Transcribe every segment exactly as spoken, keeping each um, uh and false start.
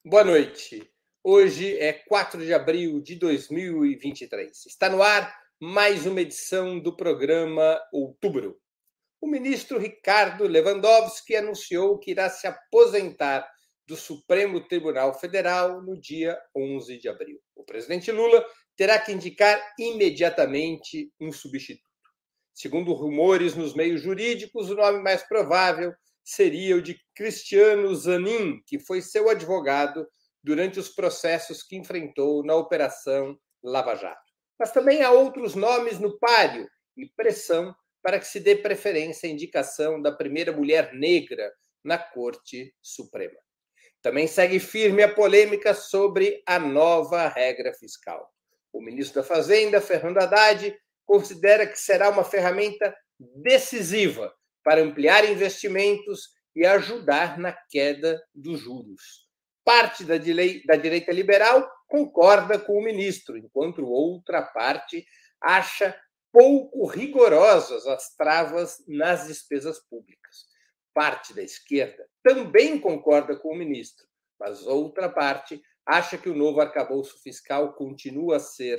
Boa noite. Hoje é quatro de abril de dois mil e vinte e três. Está no ar mais uma edição do programa Outubro. O ministro Ricardo Lewandowski anunciou que irá se aposentar do Supremo Tribunal Federal no dia onze de abril. O presidente Lula terá que indicar imediatamente um substituto. Segundo rumores nos meios jurídicos, o nome mais provável seria o de Cristiano Zanin, que foi seu advogado durante os processos que enfrentou na Operação Lava Jato. Mas também há outros nomes no páreo e pressão para que se dê preferência à indicação da primeira mulher negra na Corte Suprema. Também segue firme a polêmica sobre a nova regra fiscal. O ministro da Fazenda, Fernando Haddad, considera que será uma ferramenta decisiva para ampliar investimentos e ajudar na queda dos juros. Parte da direita liberal concorda com o ministro, enquanto outra parte acha pouco rigorosas as travas nas despesas públicas. Parte da esquerda também concorda com o ministro, mas outra parte acha que o novo arcabouço fiscal continua a ser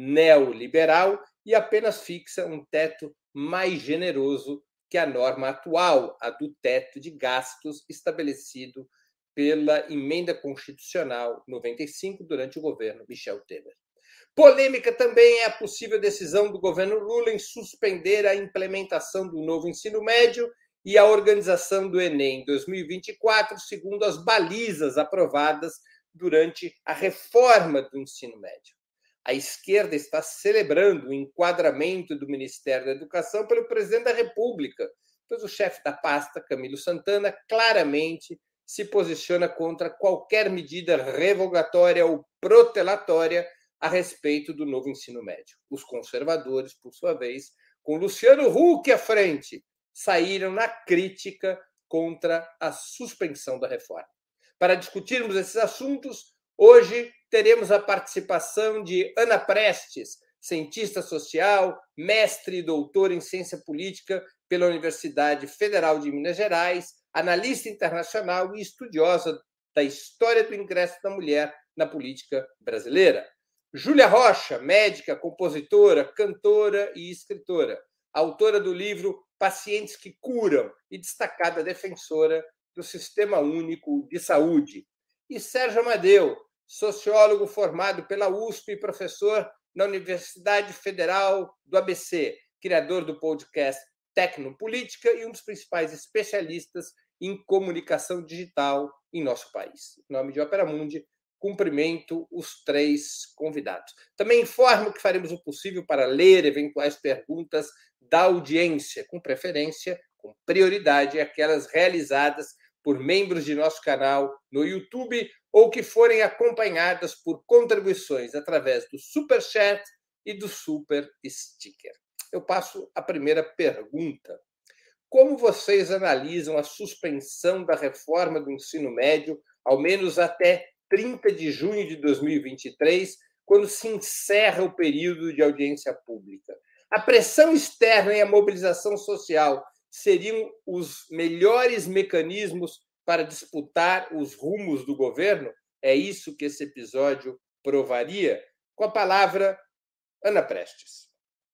neoliberal e apenas fixa um teto mais generoso que a norma atual, a do teto de gastos estabelecido pela Emenda Constitucional noventa e cinco durante o governo Michel Temer. Polêmica também é a possível decisão do governo Lula em suspender a implementação do novo ensino médio e a organização do Enem dois mil e vinte e quatro, segundo as balizas aprovadas durante a reforma do ensino médio. A esquerda está celebrando o enquadramento do Ministério da Educação pelo presidente da República, pois o chefe da pasta, Camilo Santana, claramente se posiciona contra qualquer medida revogatória ou protelatória a respeito do novo ensino médio. Os conservadores, por sua vez, com Luciano Huck à frente, saíram na crítica contra a suspensão da reforma. Para discutirmos esses assuntos, hoje teremos a participação de Ana Prestes, cientista social, mestre e doutora em ciência política pela Universidade Federal de Minas Gerais, analista internacional e estudiosa da história do ingresso da mulher na política brasileira. Júlia Rocha, médica, compositora, cantora e escritora, autora do livro Pacientes que Curam e destacada defensora do Sistema Único de Saúde. E Sérgio Amadeu, sociólogo formado pela U S P e professor na Universidade Federal do A B C, criador do podcast Tecnopolítica e um dos principais especialistas em comunicação digital em nosso país. Em nome de Opera Mundi, cumprimento os três convidados. Também informo que faremos o possível para ler eventuais perguntas da audiência, com preferência, com prioridade, aquelas realizadas por membros de nosso canal no YouTube ou que forem acompanhadas por contribuições através do Super Chat e do Super Sticker. Eu passo a primeira pergunta. Como vocês analisam a suspensão da reforma do ensino médio, ao menos até trinta de junho de dois mil e vinte e três, quando se encerra o período de audiência pública? A pressão externa e a mobilização social seriam os melhores mecanismos para disputar os rumos do governo? É isso que esse episódio provaria? Com a palavra, Ana Prestes.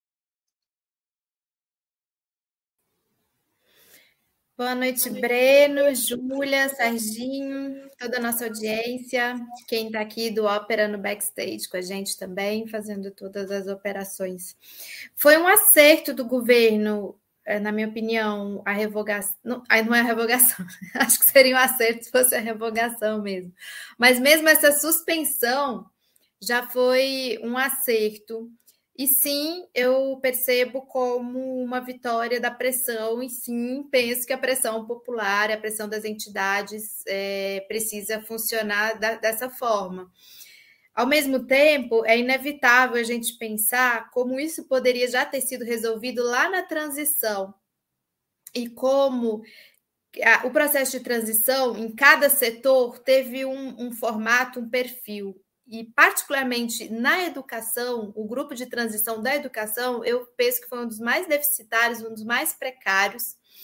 Boa noite, Breno, Júlia, Serginho, toda a nossa audiência, quem está aqui do Ópera no backstage com a gente também, fazendo todas as operações. Foi um acerto do governo, na minha opinião, a revogação. Não, não é a revogação, acho que seria um acerto se fosse a revogação mesmo. Mas mesmo essa suspensão já foi um acerto. E sim, eu percebo como uma vitória da pressão, e sim, penso que a pressão popular, a pressão das entidades é, precisa funcionar da, dessa forma. Ao mesmo tempo, é inevitável a gente pensar como isso poderia já ter sido resolvido lá na transição, e como a, o processo de transição, em cada setor, teve um, um formato, um perfil. E, particularmente na educação, o grupo de transição da educação, eu penso que foi um dos mais deficitários, um dos mais precários,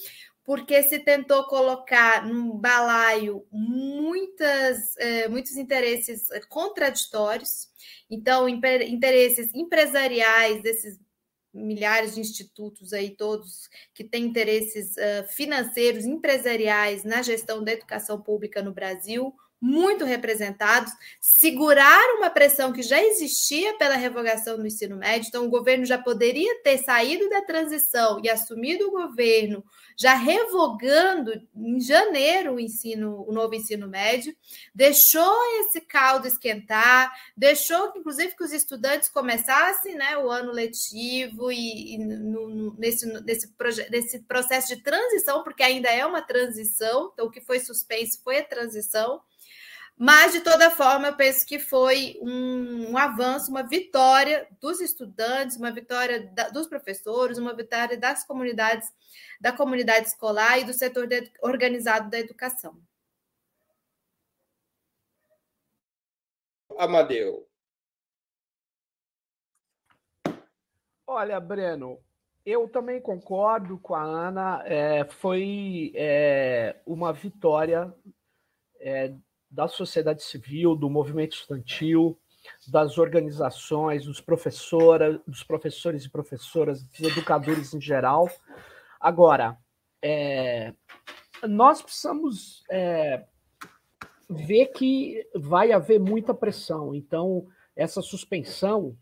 porque se tentou colocar num balaio muitas, eh, muitos interesses contraditórios. Então, interesses empresariais desses milhares de institutos aí, todos que têm interesses uh, financeiros, empresariais na gestão da educação pública no Brasil, muito representados, segurar uma pressão que já existia pela revogação do ensino médio. Então, o governo já poderia ter saído da transição e assumido o governo, já revogando em janeiro o ensino, o novo ensino médio, deixou esse caldo esquentar, deixou, inclusive, que os estudantes começassem, né, o ano letivo e, e no, no, nesse, nesse, nesse processo de transição, porque ainda é uma transição, então o que foi suspenso foi a transição. Mas, de toda forma, eu penso que foi um, um avanço, uma vitória dos estudantes, uma vitória da, dos professores, uma vitória das comunidades, da comunidade escolar e do setor de, organizado da educação. Amadeu. Olha, Breno, eu também concordo com a Ana. É, foi é, uma vitória é, da sociedade civil, do movimento estudantil, das organizações, dos, professora, dos professores e professoras, dos educadores em geral. Agora, é, nós precisamos é, ver que vai haver muita pressão. Então, essa suspensão,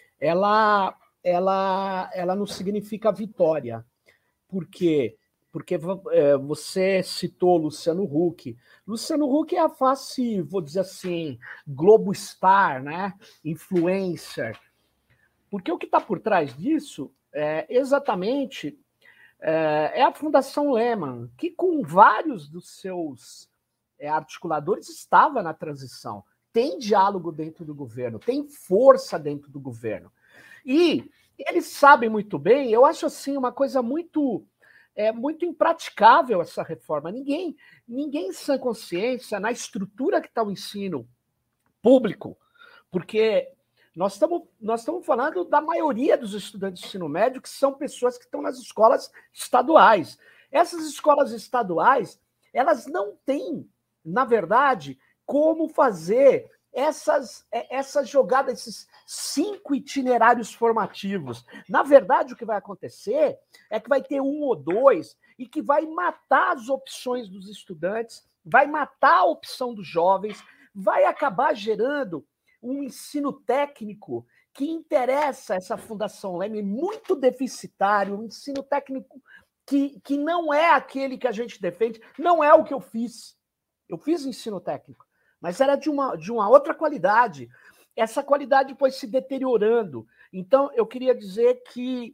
ela, ela, ela não significa vitória. Por quê? Porque é, você citou Luciano Huck. Luciano Huck é a face, vou dizer assim, Globo Star, né? Influencer. Porque o que está por trás disso é exatamente é, é a Fundação Lehman, que com vários dos seus é, articuladores estava na transição. Tem diálogo dentro do governo, tem força dentro do governo. E eles sabem muito bem, eu acho assim uma coisa muito... É muito impraticável essa reforma. Ninguém, ninguém em sã consciência, na estrutura que está o ensino público, porque nós estamos nós estamos falando da maioria dos estudantes de ensino médio, que são pessoas que estão nas escolas estaduais. Essas escolas estaduais, elas não têm, na verdade, como fazer essas, essas jogadas, esses cinco itinerários formativos. Na verdade, o que vai acontecer é que vai ter um ou dois e que vai matar as opções dos estudantes, vai matar a opção dos jovens, vai acabar gerando um ensino técnico que interessa essa Fundação Lehman, muito deficitário, um ensino técnico que, que não é aquele que a gente defende, não é o que eu fiz. Eu fiz ensino técnico, mas era de uma, de uma outra qualidade. Essa qualidade foi se deteriorando. Então, eu queria dizer que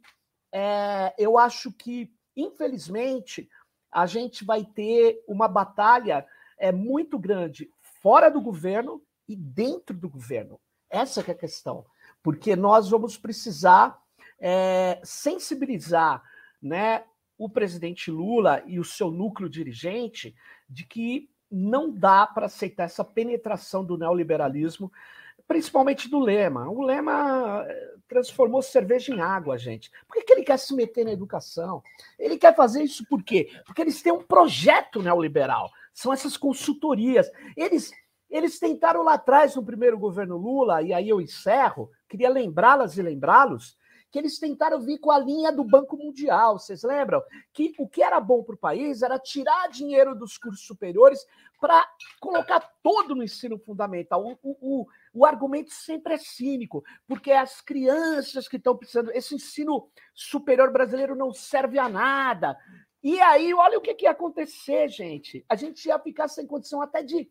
é, eu acho que, infelizmente, a gente vai ter uma batalha é, muito grande fora do governo e dentro do governo. Essa que é a questão. Porque nós vamos precisar é, sensibilizar, né, o presidente Lula e o seu núcleo dirigente de que não dá para aceitar essa penetração do neoliberalismo, principalmente do Lema. O Lema transformou cerveja em água, gente. Por que, que ele quer se meter na educação? Ele quer fazer isso por quê? Porque eles têm um projeto neoliberal. São essas consultorias. Eles, eles tentaram lá atrás, no primeiro governo Lula, e aí eu encerro, queria lembrá-las e lembrá-los, que eles tentaram vir com a linha do Banco Mundial. Vocês lembram? Que o que era bom para o país era tirar dinheiro dos cursos superiores para colocar todo no ensino fundamental. O, o, o argumento sempre é cínico, porque as crianças que estão precisando... Esse ensino superior brasileiro não serve a nada. E aí, olha o que, que ia acontecer, gente. A gente ia ficar sem condição até de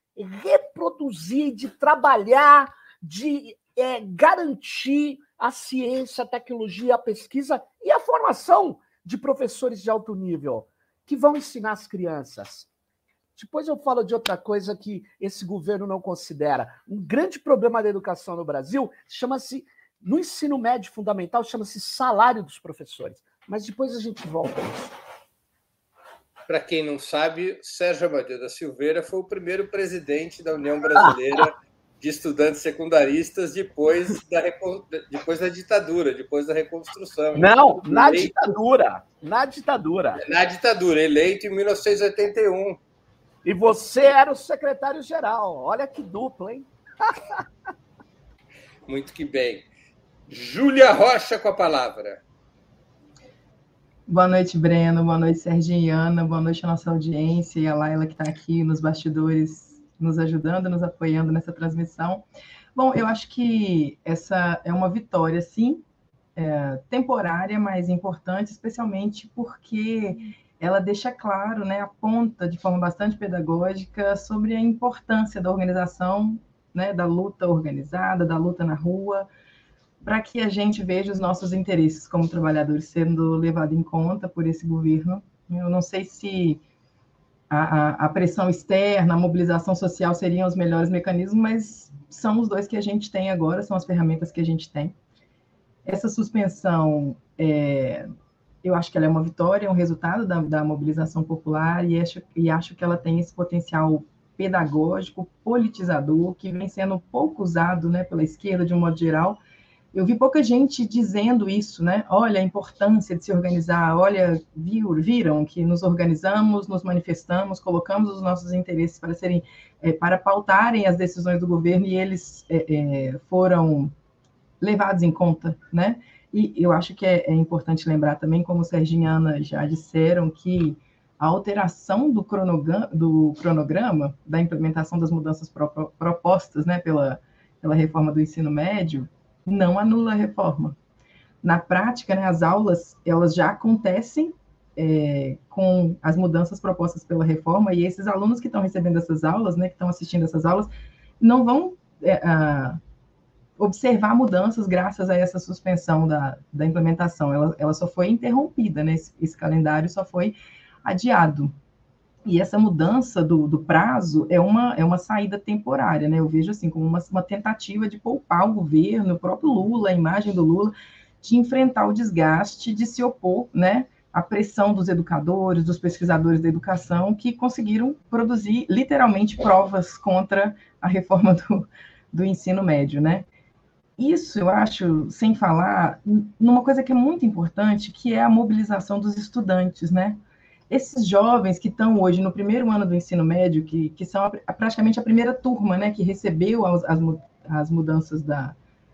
reproduzir, de trabalhar, de é, garantir a ciência, a tecnologia, a pesquisa e a formação de professores de alto nível que vão ensinar as crianças. Depois eu falo de outra coisa que esse governo não considera. Um grande problema da educação no Brasil chama-se, no ensino médio fundamental, chama-se salário dos professores. Mas depois a gente volta a isso. Para quem não sabe, Sérgio Amadeu da Silveira foi o primeiro presidente da União Brasileira de estudantes secundaristas depois da, depois da ditadura, depois da reconstrução. Não, na eleito, ditadura. Na ditadura. Na ditadura, eleito em mil novecentos e oitenta e um. E você era o secretário-geral. Olha que dupla, hein? Muito que bem. Júlia Rocha com a palavra. Boa noite, Breno. Boa noite, Serginho e Ana. Boa noite à nossa audiência e a Laila, que está aqui nos bastidores, nos ajudando, nos apoiando nessa transmissão. Bom, eu acho que essa é uma vitória, sim, é, temporária, mas importante, especialmente porque ela deixa claro, né, aponta de forma bastante pedagógica sobre a importância da organização, né, da luta organizada, da luta na rua, para que a gente veja os nossos interesses como trabalhadores sendo levados em conta por esse governo. Eu não sei se a, a, a pressão externa, a mobilização social seriam os melhores mecanismos, mas são os dois que a gente tem agora, são as ferramentas que a gente tem. Essa suspensão, é, eu acho que ela é uma vitória, é um resultado da, da mobilização popular, e acho, e acho que ela tem esse potencial pedagógico, politizador, que vem sendo pouco usado, né, pela esquerda, de um modo geral. Eu vi pouca gente dizendo isso, né? Olha a importância de se organizar, olha, viu, viram que nos organizamos, nos manifestamos, colocamos os nossos interesses para serem, é, para pautarem as decisões do governo, e eles é, é, foram levados em conta, né? E eu acho que é, é importante lembrar também, como o Serginho e a Ana já disseram, que a alteração do cronograma, do cronograma da implementação das mudanças pro, propostas, né, pela, pela reforma do ensino médio, não anula a reforma. Na prática, né, as aulas elas já acontecem é, com as mudanças propostas pela reforma, e esses alunos que estão recebendo essas aulas, né, que estão assistindo essas aulas, não vão é, a, observar mudanças graças a essa suspensão da, da implementação. Ela, ela só foi interrompida, né, esse, esse calendário só foi adiado. E essa mudança do, do prazo é uma, é uma saída temporária, né? Eu vejo assim como uma, uma tentativa de poupar o governo, o próprio Lula, a imagem do Lula, de enfrentar o desgaste, de se opor, né, à pressão dos educadores, dos pesquisadores da educação, que conseguiram produzir literalmente provas contra a reforma do, do ensino médio, né? Isso, eu acho, sem falar numa coisa que é muito importante, que é a mobilização dos estudantes, né? Esses jovens que estão hoje no primeiro ano do ensino médio, que, que são a, praticamente a primeira turma, né, que recebeu as, as, as mudanças da,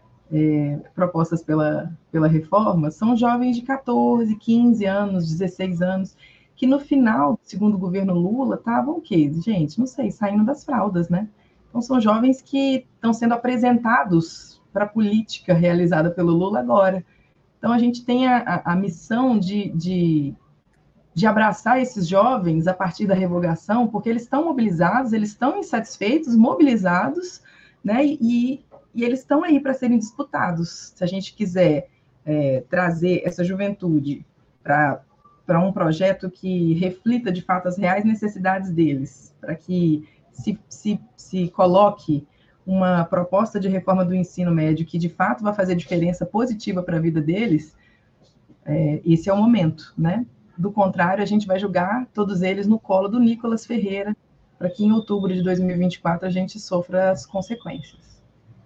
é, propostas pela, pela reforma, são jovens de catorze, quinze anos, dezesseis anos, que no final do segundo governo Lula estavam o quê? Gente, não sei, saindo das fraldas, né? Então são jovens que estão sendo apresentados para a política realizada pelo Lula agora. Então a gente tem a, a, a missão de... de de abraçar esses jovens a partir da revogação, porque eles estão mobilizados, eles estão insatisfeitos, mobilizados, né, e, e eles estão aí para serem disputados. Se a gente quiser é, trazer essa juventude para um projeto que reflita, de fato, as reais necessidades deles, para que se, se, se coloque uma proposta de reforma do ensino médio que, de fato, vai fazer diferença positiva para a vida deles, é, esse é o momento, né? Do contrário, a gente vai jogar todos eles no colo do Nicolas Ferreira, para que em outubro de dois mil e vinte e quatro a gente sofra as consequências.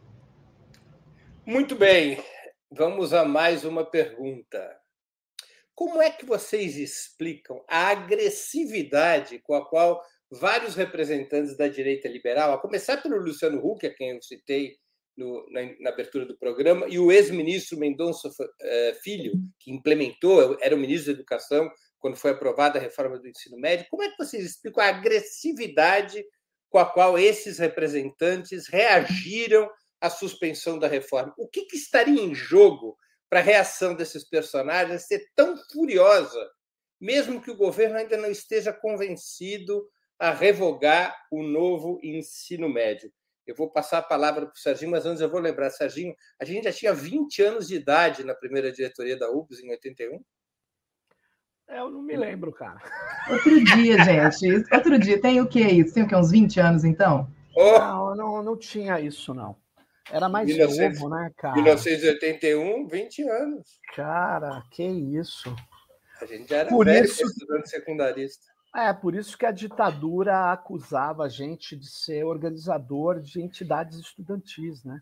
Muito bem, vamos a mais uma pergunta. Como é que vocês explicam a agressividade com a qual vários representantes da direita liberal, a começar pelo Luciano Huck, a quem eu citei no, na, na abertura do programa, e o ex-ministro Mendonça uh, Filho, que implementou, era o ministro da Educação quando foi aprovada a reforma do ensino médio, como é que vocês explicam a agressividade com a qual esses representantes reagiram à suspensão da reforma? O que, que estaria em jogo para a reação desses personagens ser tão furiosa, mesmo que o governo ainda não esteja convencido a revogar o novo ensino médio? Eu vou passar a palavra para o Serginho, mas antes eu vou lembrar, Serginho, a gente já tinha vinte anos de idade na primeira diretoria da U B S em oitenta e um? Eu não me lembro, cara. Outro dia, gente. Outro dia. Tem o que isso? Tem o que? Uns vinte anos, então? Oh. Não, não, não tinha isso, não. Era mais mil e novecentos, novo, né, cara? mil novecentos e oitenta e um, vinte anos. Cara, que isso. A gente já era Por velho isso... estudante secundarista. É, por isso que a ditadura acusava a gente de ser organizador de entidades estudantis, né?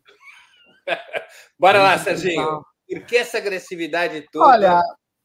Bora lá, Serginho. Por que essa agressividade toda? Olha,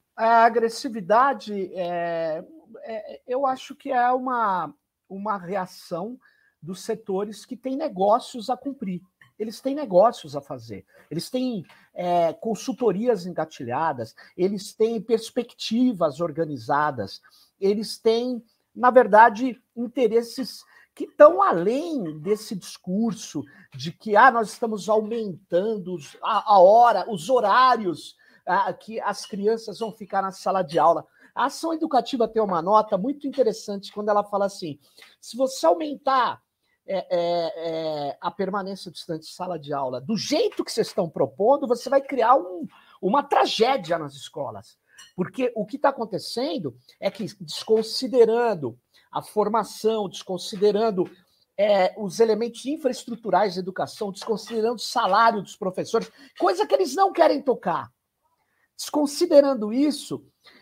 a agressividade, é, é, eu acho que é uma, uma reação dos setores que têm negócios a cumprir. Eles têm negócios a fazer, eles têm é, consultorias engatilhadas, eles têm perspectivas organizadas, eles têm, na verdade, interesses que estão além desse discurso de que ah, nós estamos aumentando a, a hora, os horários ah, que as crianças vão ficar na sala de aula. A ação educativa tem uma nota muito interessante quando ela fala assim, se você aumentar É, é, é, a permanência do estudante de sala de aula do jeito que vocês estão propondo, você vai criar um, uma tragédia nas escolas. Porque o que está acontecendo é que, desconsiderando a formação, desconsiderando é, os elementos infraestruturais da educação, desconsiderando o salário dos professores, coisa que eles não querem tocar, desconsiderando isso,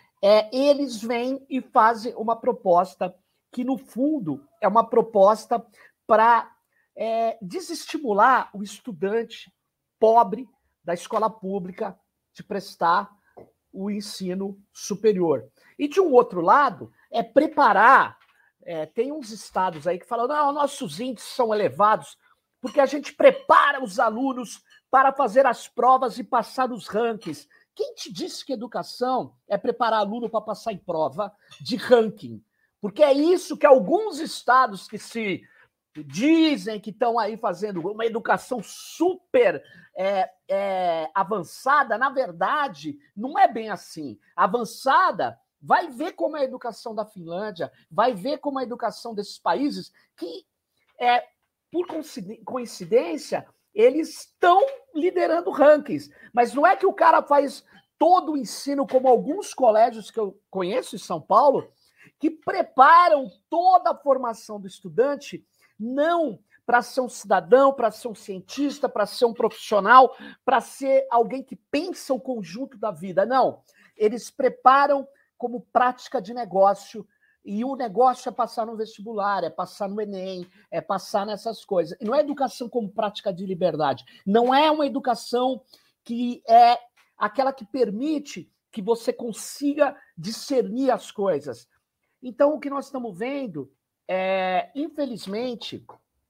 é, eles vêm e fazem uma proposta que, no fundo, é uma proposta para é, desestimular o estudante pobre da escola pública de prestar o ensino superior. E, de um outro lado, é preparar... É, tem uns estados aí que falam, não, nossos índices são elevados porque a gente prepara os alunos para fazer as provas e passar nos rankings. Quem te disse que educação é preparar aluno para passar em prova de ranking? Porque é isso que alguns estados que se dizem que estão aí fazendo uma educação super é, é, avançada, na verdade, não é bem assim. Avançada, vai ver como é a educação da Finlândia, vai ver como é a educação desses países que, é, por coincidência, eles estão liderando rankings. Mas não é que o cara faz todo o ensino, como alguns colégios que eu conheço em São Paulo, que preparam toda a formação do estudante, não para ser um cidadão, para ser um cientista, para ser um profissional, para ser alguém que pensa o conjunto da vida. Não, eles preparam como prática de negócio, e o negócio é passar no vestibular, é passar no Enem, é passar nessas coisas. E não é educação como prática de liberdade, não é uma educação que é aquela que permite que você consiga discernir as coisas. Então, o que nós estamos vendo é, infelizmente,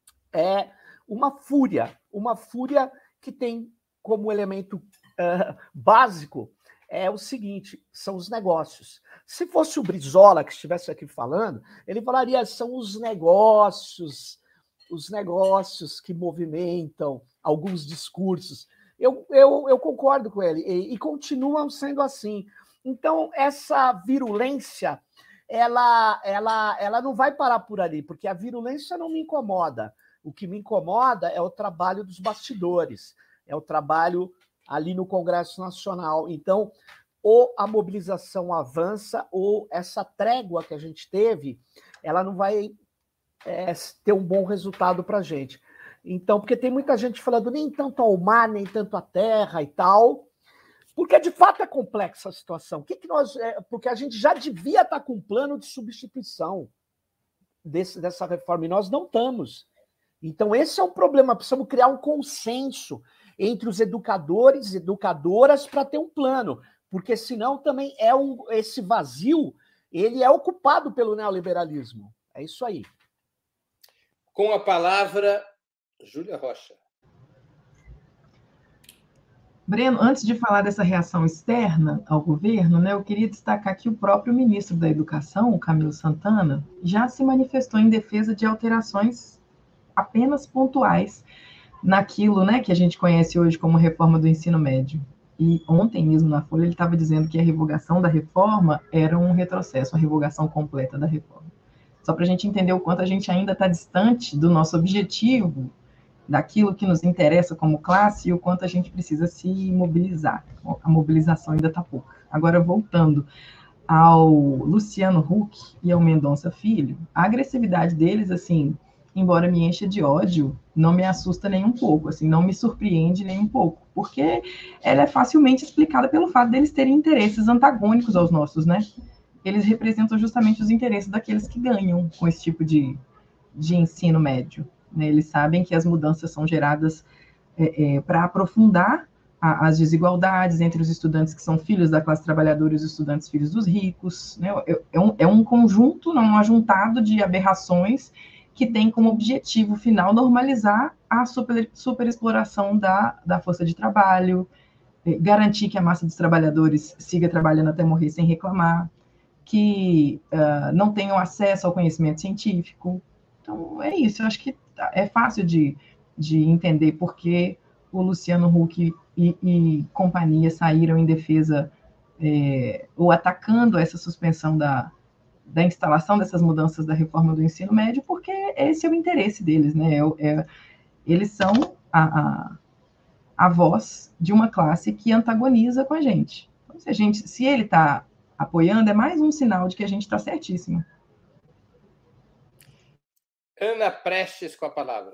é uma fúria, uma fúria que tem como elemento uh, básico é o seguinte, são os negócios. Se fosse o Brizola que estivesse aqui falando, ele falaria, são os negócios, os negócios que movimentam alguns discursos. Eu, eu, eu concordo com ele, e, e continuam sendo assim. Então, essa virulência, ela, ela, ela não vai parar por ali, porque a virulência não me incomoda. O que me incomoda é o trabalho dos bastidores, é o trabalho ali no Congresso Nacional. Então, ou a mobilização avança, ou essa trégua que a gente teve, ela não vai é, ter um bom resultado para a gente. Então, porque tem muita gente falando nem tanto ao mar, nem tanto à terra e tal, porque de fato é complexa a situação. O que que nós, é, porque a gente já devia estar com um plano de substituição desse, dessa reforma, e nós não estamos. Então, esse é um problema, precisamos criar um consenso entre os educadores e educadoras para ter um plano, porque senão também é um, esse vazio, ele é ocupado pelo neoliberalismo. É isso aí. Com a palavra, Júlia Rocha. Breno, antes de falar dessa reação externa ao governo, né, eu queria destacar que o próprio ministro da Educação, o Camilo Santana, já se manifestou em defesa de alterações apenas pontuais naquilo, né, que a gente conhece hoje como reforma do ensino médio. E ontem mesmo na Folha ele estava dizendo que a revogação da reforma era um retrocesso, uma revogação completa da reforma. Só para a gente entender o quanto a gente ainda está distante do nosso objetivo, daquilo que nos interessa como classe e o quanto a gente precisa se mobilizar. A mobilização ainda está pouca. Agora, voltando ao Luciano Huck e ao Mendonça Filho, a agressividade deles, assim, embora me encha de ódio, não me assusta nem um pouco, assim, não me surpreende nem um pouco, porque ela é facilmente explicada pelo fato deles terem interesses antagônicos aos nossos, né? eles representam justamente os interesses daqueles que ganham com esse tipo de, de ensino médio, né? Eles sabem que as mudanças são geradas é, é, para aprofundar a, as desigualdades entre os estudantes que são filhos da classe trabalhadora e os estudantes filhos dos ricos, né? É, é, um, é um conjunto, não, um ajuntado de aberrações que tem como objetivo final normalizar a super, superexploração da, da força de trabalho, garantir que a massa dos trabalhadores siga trabalhando até morrer sem reclamar, que uh, não tenham acesso ao conhecimento científico. Então, é isso. Eu acho que é fácil de, de entender por que o Luciano Huck e, e companhia saíram em defesa é, ou atacando essa suspensão da, da instalação dessas mudanças da reforma do ensino médio, porque esse é o interesse deles, né? É, é, eles são a, a, a voz de uma classe que antagoniza com a gente. Então, se, a gente, se ele está apoiando, é mais um sinal de que a gente está certíssimo. Ana Prestes com a palavra.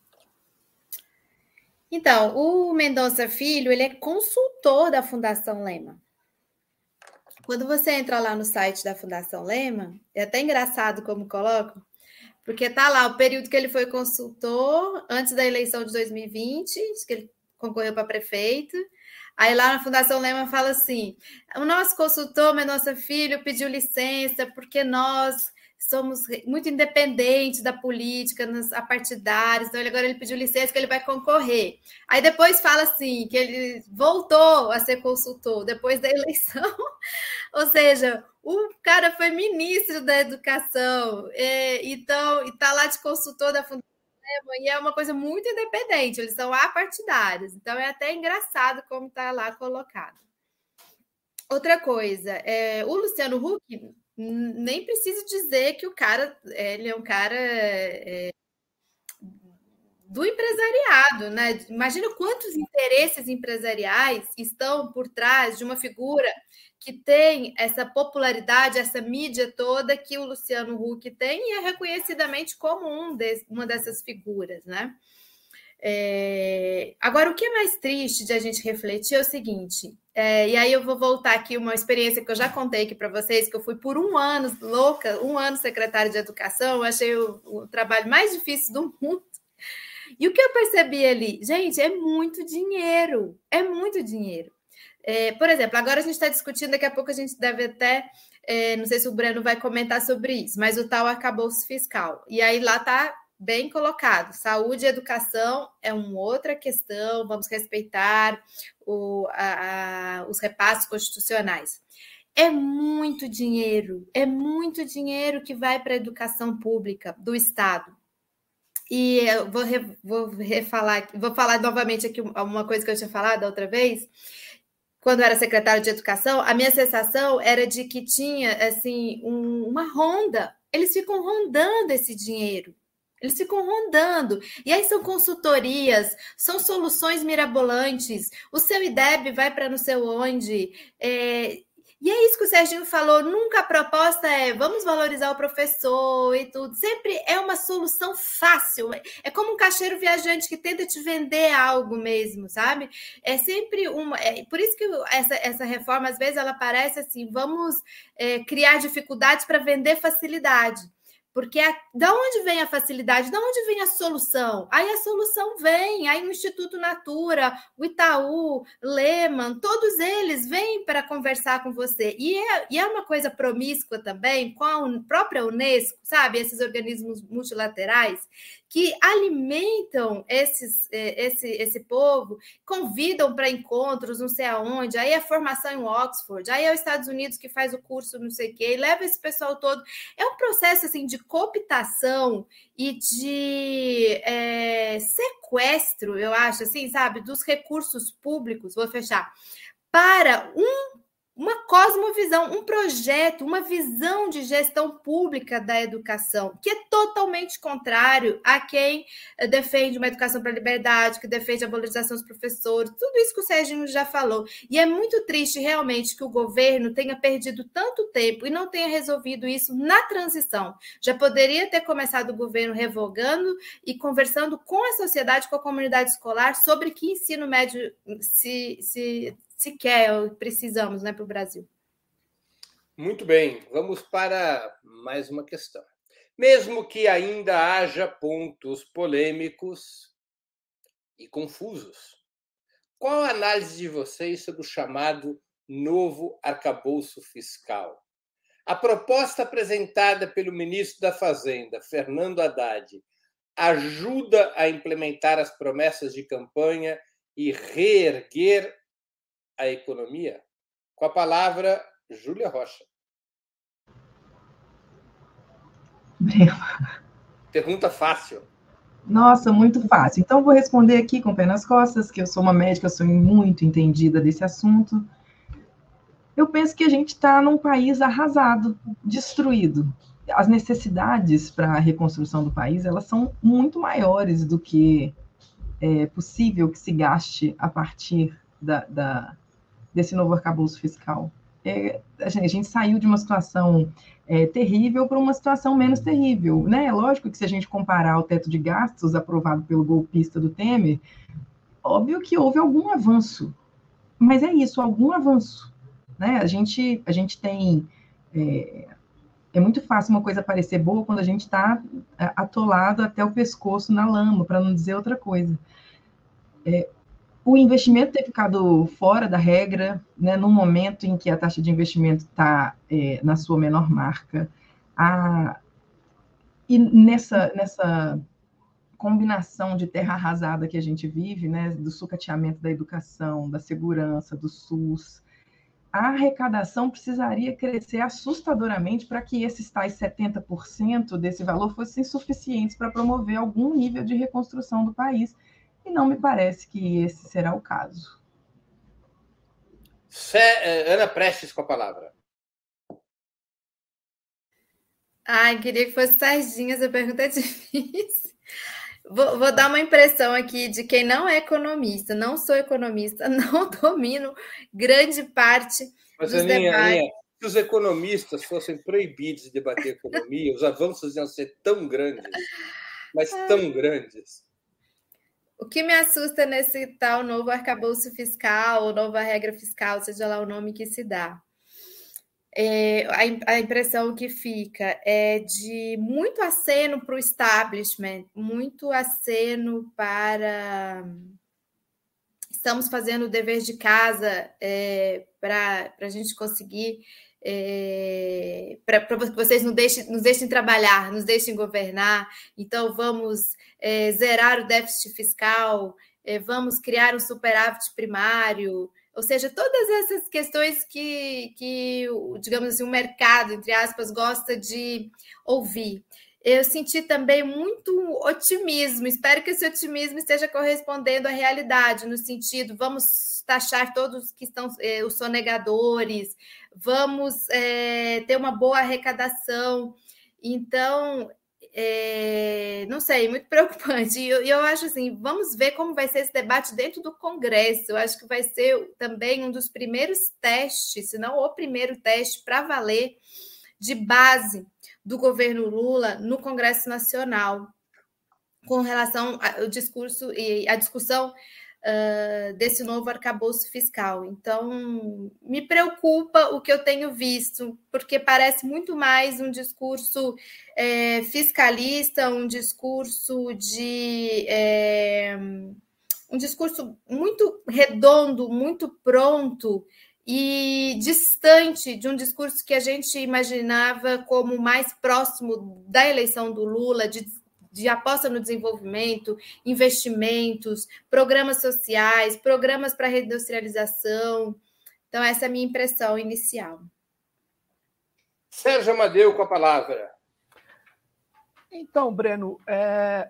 Então, o Mendonça Filho, ele é consultor da Fundação Lema. Quando você entra lá no site da Fundação Lema, é até engraçado como colocam, porque tá lá o período que ele foi consultor, antes da eleição de dois mil e vinte, que ele concorreu para prefeito. Aí lá na Fundação Lema fala assim, o nosso consultor, Mendonça Filho, pediu licença porque nós somos muito independentes da política, nos apartidários, então ele, agora ele pediu licença que ele vai concorrer. Aí depois fala assim, que ele voltou a ser consultor depois da eleição, ou seja, o cara foi ministro da Educação, e, então está lá de consultor da Fundação Lema, e é uma coisa muito independente, eles são apartidários, então é até engraçado como está lá colocado. Outra coisa, é, o Luciano Huck, nem preciso dizer que o cara, ele é um cara é, do empresariado, né? Imagina quantos interesses empresariais estão por trás de uma figura que tem essa popularidade, essa mídia toda que o Luciano Huck tem e é reconhecidamente como um de, uma dessas figuras, né? É... Agora, o que é mais triste de a gente refletir é o seguinte, é, e aí eu vou voltar aqui uma experiência que eu já contei aqui para vocês, que eu fui por um ano louca, um ano secretária de Educação, eu achei o, o trabalho mais difícil do mundo. E o que eu percebi ali? Gente, é muito dinheiro, é muito dinheiro. É, por exemplo, agora a gente está discutindo, daqui a pouco a gente deve até, é, não sei se o Breno vai comentar sobre isso, mas o tal arcabouço fiscal. E aí lá está bem colocado, saúde e educação é uma outra questão, vamos respeitar o, a, a, os repasses constitucionais. É muito dinheiro, é muito dinheiro que vai para a educação pública do Estado. E eu vou, re, vou refalar, vou falar novamente aqui uma coisa que eu tinha falado da outra vez. Quando eu era secretária de Educação, a minha sensação era de que tinha assim, um, uma ronda, eles ficam rondando esse dinheiro. Eles ficam rondando, e aí são consultorias, são soluções mirabolantes, o seu I D E B vai para não sei onde, é... e é isso que o Serginho falou, nunca a proposta é vamos valorizar o professor e tudo, sempre é uma solução fácil, é como um caixeiro viajante que tenta te vender algo mesmo, sabe? É sempre uma, é, por isso que essa, essa reforma, às vezes, ela parece assim, vamos é, criar dificuldades para vender facilidade. Porque a, da onde vem a facilidade? Da onde vem a solução? Aí a solução vem, aí o Instituto Natura, o Itaú, Lehman, todos eles vêm para conversar com você. E é, e é uma coisa promíscua também com a própria Unesco, sabe? Esses organismos multilaterais que alimentam esses, esse, esse povo, convidam para encontros, não sei aonde, aí é formação em Oxford, aí é os Estados Unidos que faz o curso não sei o quê, e leva esse pessoal todo. É um processo assim, de cooptação e de é, sequestro, eu acho, assim, sabe, dos recursos públicos, vou fechar, para um uma cosmovisão, um projeto, uma visão de gestão pública da educação, que é totalmente contrário a quem defende uma educação para a liberdade, que defende a valorização dos professores, tudo isso que o Serginho já falou. E é muito triste, realmente, que o governo tenha perdido tanto tempo e não tenha resolvido isso na transição. Já poderia ter começado o governo revogando e conversando com a sociedade, com a comunidade escolar, sobre que ensino médio se... se se quer, precisamos, né, para o Brasil. Muito bem, vamos para mais uma questão. Mesmo que ainda haja pontos polêmicos e confusos, qual a análise de vocês sobre o chamado novo arcabouço fiscal? A proposta apresentada pelo ministro da Fazenda, Fernando Haddad, ajuda a implementar as promessas de campanha e reerguer a economia? Com a palavra, Júlia Rocha. Pergunta fácil. Nossa, muito fácil. Então, vou responder aqui com o pé nas costas, que eu sou uma médica, sou muito entendida desse assunto. Eu penso que a gente está num país arrasado, destruído. As necessidades para a reconstrução do país, elas são muito maiores do que é possível que se gaste a partir da, da, desse novo arcabouço fiscal. É, a, gente, a gente saiu de uma situação é, terrível para uma situação menos terrível, né? É lógico que se a gente comparar o teto de gastos aprovado pelo golpista do Temer, óbvio que houve algum avanço, mas é isso, algum avanço, né? A gente, a gente tem... É, é muito fácil uma coisa parecer boa quando a gente está atolado até o pescoço na lama, para não dizer outra coisa. É, o investimento ter ficado fora da regra, né, no momento em que a taxa de investimento está é, na sua menor marca, a, e nessa, nessa combinação de terra arrasada que a gente vive, né, do sucateamento da educação, da segurança, do SUS, a arrecadação precisaria crescer assustadoramente para que esses tais setenta por cento desse valor fossem suficientes para promover algum nível de reconstrução do país. E não me parece que esse será o caso. Ana Prestes com a palavra. Ai, queria que fosse Serginho, essa pergunta é difícil. Vou, vou dar uma impressão aqui de quem não é economista. Não sou economista, não domino grande parte Mas, dos Aninha, debates. Aninha, se os economistas fossem proibidos de debater economia, os avanços iam ser tão grandes, mas tão grandes. O que me assusta nesse tal novo arcabouço fiscal, ou nova regra fiscal, seja lá o nome que se dá, é, a, a impressão que fica é de muito aceno para o establishment, muito aceno para... Estamos fazendo o dever de casa é, para a gente conseguir... É, para que vocês nos deixem, nos deixem trabalhar, nos deixem governar, então vamos é, zerar o déficit fiscal, é, vamos criar um superávit primário, ou seja, todas essas questões que, que digamos assim, o mercado, entre aspas, gosta de ouvir. Eu senti também muito otimismo, espero que esse otimismo esteja correspondendo à realidade, no sentido, vamos taxar todos que estão eh, os sonegadores, vamos eh, ter uma boa arrecadação. Então, é, não sei, muito preocupante. E eu, eu acho assim, vamos ver como vai ser esse debate dentro do Congresso. Eu acho que vai ser também um dos primeiros testes, se não o primeiro teste para valer, de base do governo Lula no Congresso Nacional, com relação ao discurso e à discussão uh, desse novo arcabouço fiscal. Então, me preocupa o que eu tenho visto, porque parece muito mais um discurso é, fiscalista, um discurso de... É, um discurso muito redondo, muito pronto, e distante de um discurso que a gente imaginava como mais próximo da eleição do Lula, de, de aposta no desenvolvimento, investimentos, programas sociais, programas para reindustrialização. Então, essa é a minha impressão inicial. Sérgio Amadeu com a palavra. Então, Breno, é...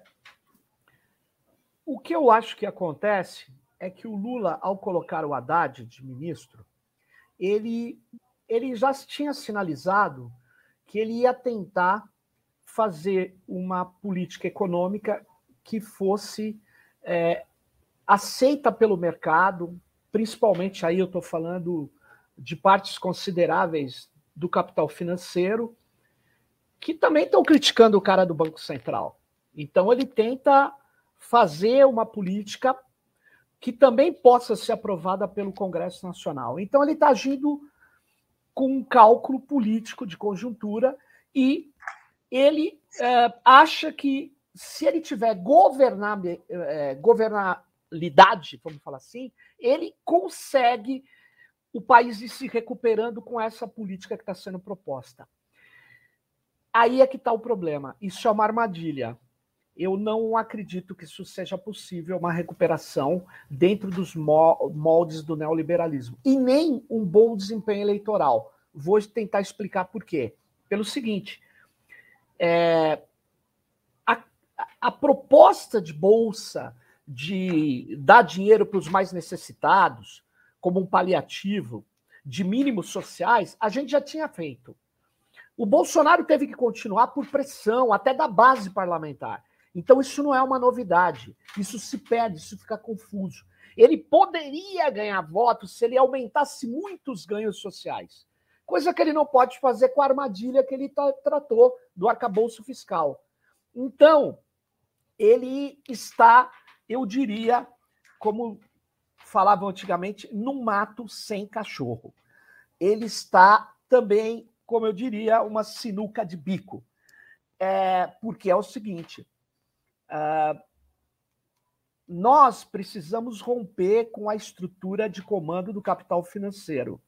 o que eu acho que acontece é que o Lula, ao colocar o Haddad de ministro, Ele, ele já tinha sinalizado que ele ia tentar fazer uma política econômica que fosse é, aceita pelo mercado, principalmente aí eu estou falando de partes consideráveis do capital financeiro, que também estão criticando o cara do Banco Central. Então ele tenta fazer uma política que também possa ser aprovada pelo Congresso Nacional. Então, ele está agindo com um cálculo político de conjuntura, e ele é, acha que, se ele tiver governar, é, governabilidade, vamos falar assim, ele consegue o país ir se recuperando com essa política que está sendo proposta. Aí é que está o problema. Isso é uma armadilha. Eu não acredito que isso seja possível, uma recuperação dentro dos moldes do neoliberalismo. E nem um bom desempenho eleitoral. Vou tentar explicar por quê. Pelo seguinte, é, a, a proposta de bolsa de dar dinheiro para os mais necessitados, como um paliativo de mínimos sociais, a gente já tinha feito. O Bolsonaro teve que continuar por pressão, até da base parlamentar. Então, isso não é uma novidade. Isso se perde, isso fica confuso. Ele poderia ganhar votos se ele aumentasse muito os ganhos sociais. Coisa que ele não pode fazer com a armadilha que ele tratou do arcabouço fiscal. Então, ele está, eu diria, como falavam antigamente, num mato sem cachorro. Ele está também, como eu diria, uma sinuca de bico. É, porque é o seguinte... Uh, nós precisamos romper com a estrutura de comando do capital financeiro.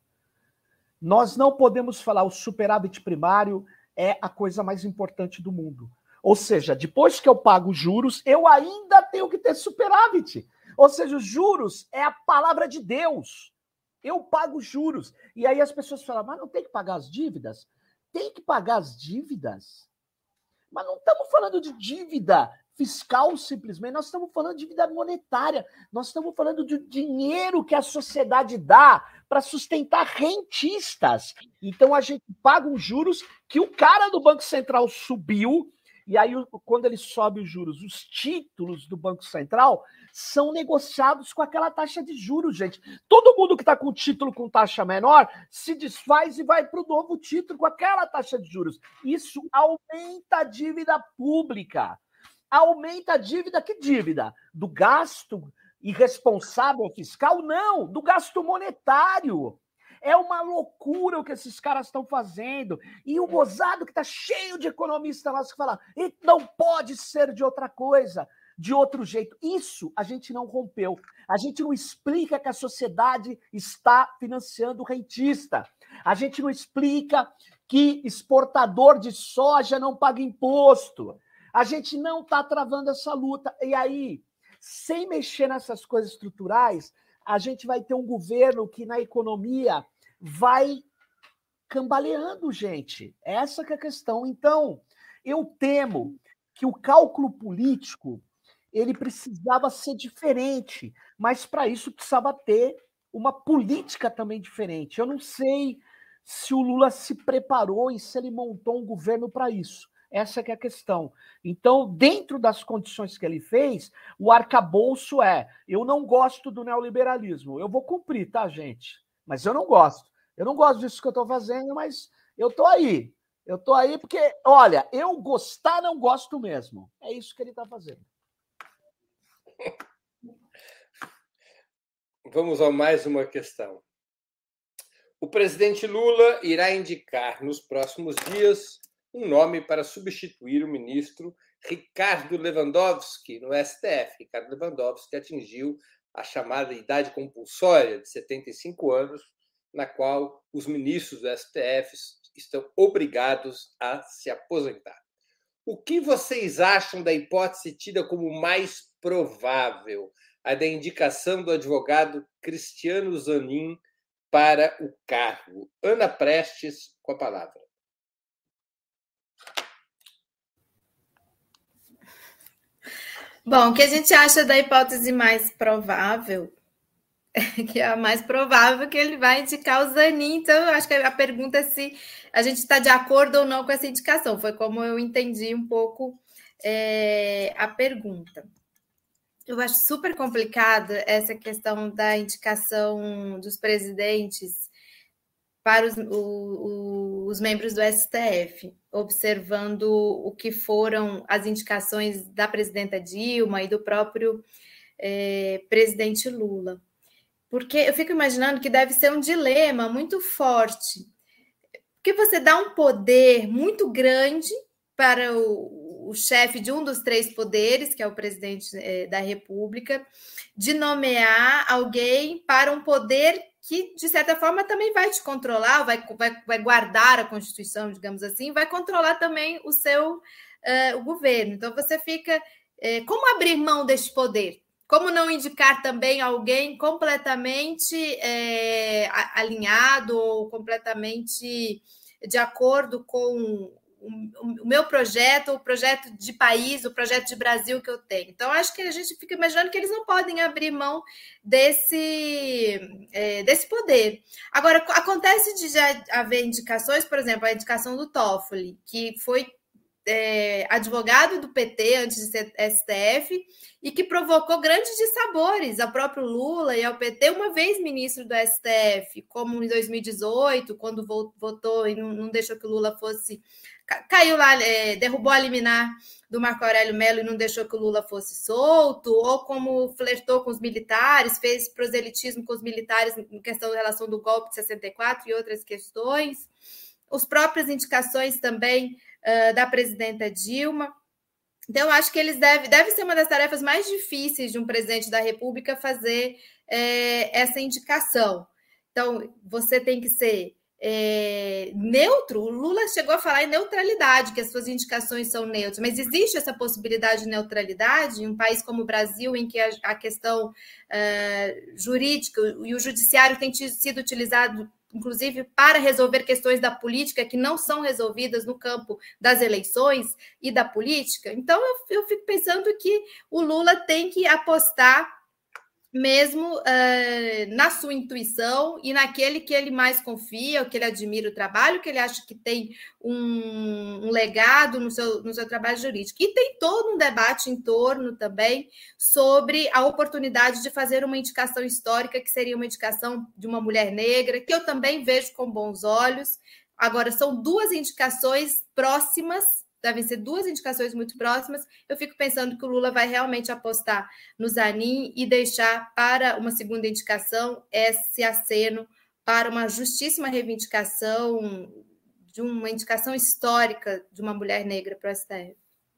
Nós não podemos falar o superávit primário é a coisa mais importante do mundo. Ou seja, depois que eu pago juros, eu ainda tenho que ter superávit. Ou seja, os juros é a palavra de Deus. Eu pago juros. E aí as pessoas falam, mas não tem que pagar as dívidas? Tem que pagar as dívidas. Mas não estamos falando de dívida fiscal simplesmente, nós estamos falando de dívida monetária, nós estamos falando de dinheiro que a sociedade dá para sustentar rentistas. Então a gente paga os juros que o cara do Banco Central subiu, e aí quando ele sobe os juros, os títulos do Banco Central são negociados com aquela taxa de juros, gente. Todo mundo que está com título com taxa menor se desfaz e vai para o novo título com aquela taxa de juros. Isso aumenta a dívida pública. Aumenta a dívida, que dívida? Do gasto irresponsável fiscal? Não, do gasto monetário. É uma loucura o que esses caras estão fazendo. E o gozado que está cheio de economistas lá que falam, e não pode ser de outra coisa, de outro jeito. Isso a gente não rompeu. A gente não explica que a sociedade está financiando o rentista. A gente não explica que exportador de soja não paga imposto. A gente não está travando essa luta. E aí, sem mexer nessas coisas estruturais, a gente vai ter um governo que na economia vai cambaleando, gente. Essa que é a questão. Então, eu temo que o cálculo político ele precisava ser diferente, mas para isso precisava ter uma política também diferente. Eu não sei se o Lula se preparou e se ele montou um governo para isso. Essa que é a questão. Então, dentro das condições que ele fez, o arcabouço é, eu não gosto do neoliberalismo. Eu vou cumprir, tá, gente? Mas eu não gosto. Eu não gosto disso que eu estou fazendo, mas eu estou aí. Eu estou aí porque, olha, eu gostar não gosto mesmo. É isso que ele está fazendo. Vamos a mais uma questão. O presidente Lula irá indicar nos próximos dias um nome para substituir o ministro Ricardo Lewandowski no S T F. Ricardo Lewandowski atingiu a chamada idade compulsória de setenta e cinco anos, na qual os ministros do S T F estão obrigados a se aposentar. O que vocês acham da hipótese tida como mais provável, a da indicação do advogado Cristiano Zanin para o cargo? Ana Prestes, com a palavra. Bom, o que a gente acha da hipótese mais provável, que é a mais provável que ele vai indicar o Zanin. Então, eu acho que a pergunta é se a gente está de acordo ou não com essa indicação. Foi como eu entendi um pouco é, a pergunta. Eu acho super complicada essa questão da indicação dos presidentes para os, o, os membros do S T F, observando o que foram as indicações da presidenta Dilma e do próprio é, presidente Lula. Porque eu fico imaginando que deve ser um dilema muito forte porque você dá um poder muito grande para o, o chefe de um dos três poderes, que é o presidente é, da República, de nomear alguém para um poder que, de certa forma, também vai te controlar, vai, vai, vai guardar a Constituição, digamos assim, vai controlar também o seu uh, o governo. Então, você fica... Uh, como abrir mão deste poder? Como não indicar também alguém completamente é, alinhado ou completamente de acordo com o meu projeto, o projeto de país, o projeto de Brasil que eu tenho? Então, acho que a gente fica imaginando que eles não podem abrir mão desse, é, desse poder. Agora, acontece de já haver indicações, por exemplo, a indicação do Toffoli, que foi É, advogado do P T antes de ser S T F e que provocou grandes dissabores ao próprio Lula e ao P T, uma vez ministro do S T F, como em dois mil e dezoito, quando votou e não, não deixou que o Lula fosse... Caiu lá, é, derrubou a liminar do Marco Aurélio Mello e não deixou que o Lula fosse solto, ou como flertou com os militares, fez proselitismo com os militares em questão da relação do golpe de sessenta e quatro e outras questões. As próprias indicações também Uh, da presidenta Dilma. Então, acho que eles devem deve ser uma das tarefas mais difíceis de um presidente da República fazer é, essa indicação. Então, você tem que ser é, neutro. O Lula chegou a falar em neutralidade, que as suas indicações são neutras, mas existe essa possibilidade de neutralidade em um país como o Brasil, em que a, a questão uh, jurídica e o judiciário tem sido utilizado inclusive para resolver questões da política que não são resolvidas no campo das eleições e da política. Então, eu, eu fico pensando que o Lula tem que apostar mesmo uh, na sua intuição e naquele que ele mais confia, o que ele admira o trabalho, que ele acha que tem um, um legado no seu, no seu trabalho jurídico. E tem todo um debate em torno também sobre a oportunidade de fazer uma indicação histórica, que seria uma indicação de uma mulher negra, que eu também vejo com bons olhos. Agora, são duas indicações próximas, devem ser duas indicações muito próximas. Eu fico pensando que o Lula vai realmente apostar no Zanin e deixar para uma segunda indicação esse aceno para uma justíssima reivindicação de uma indicação histórica de uma mulher negra para o S T F.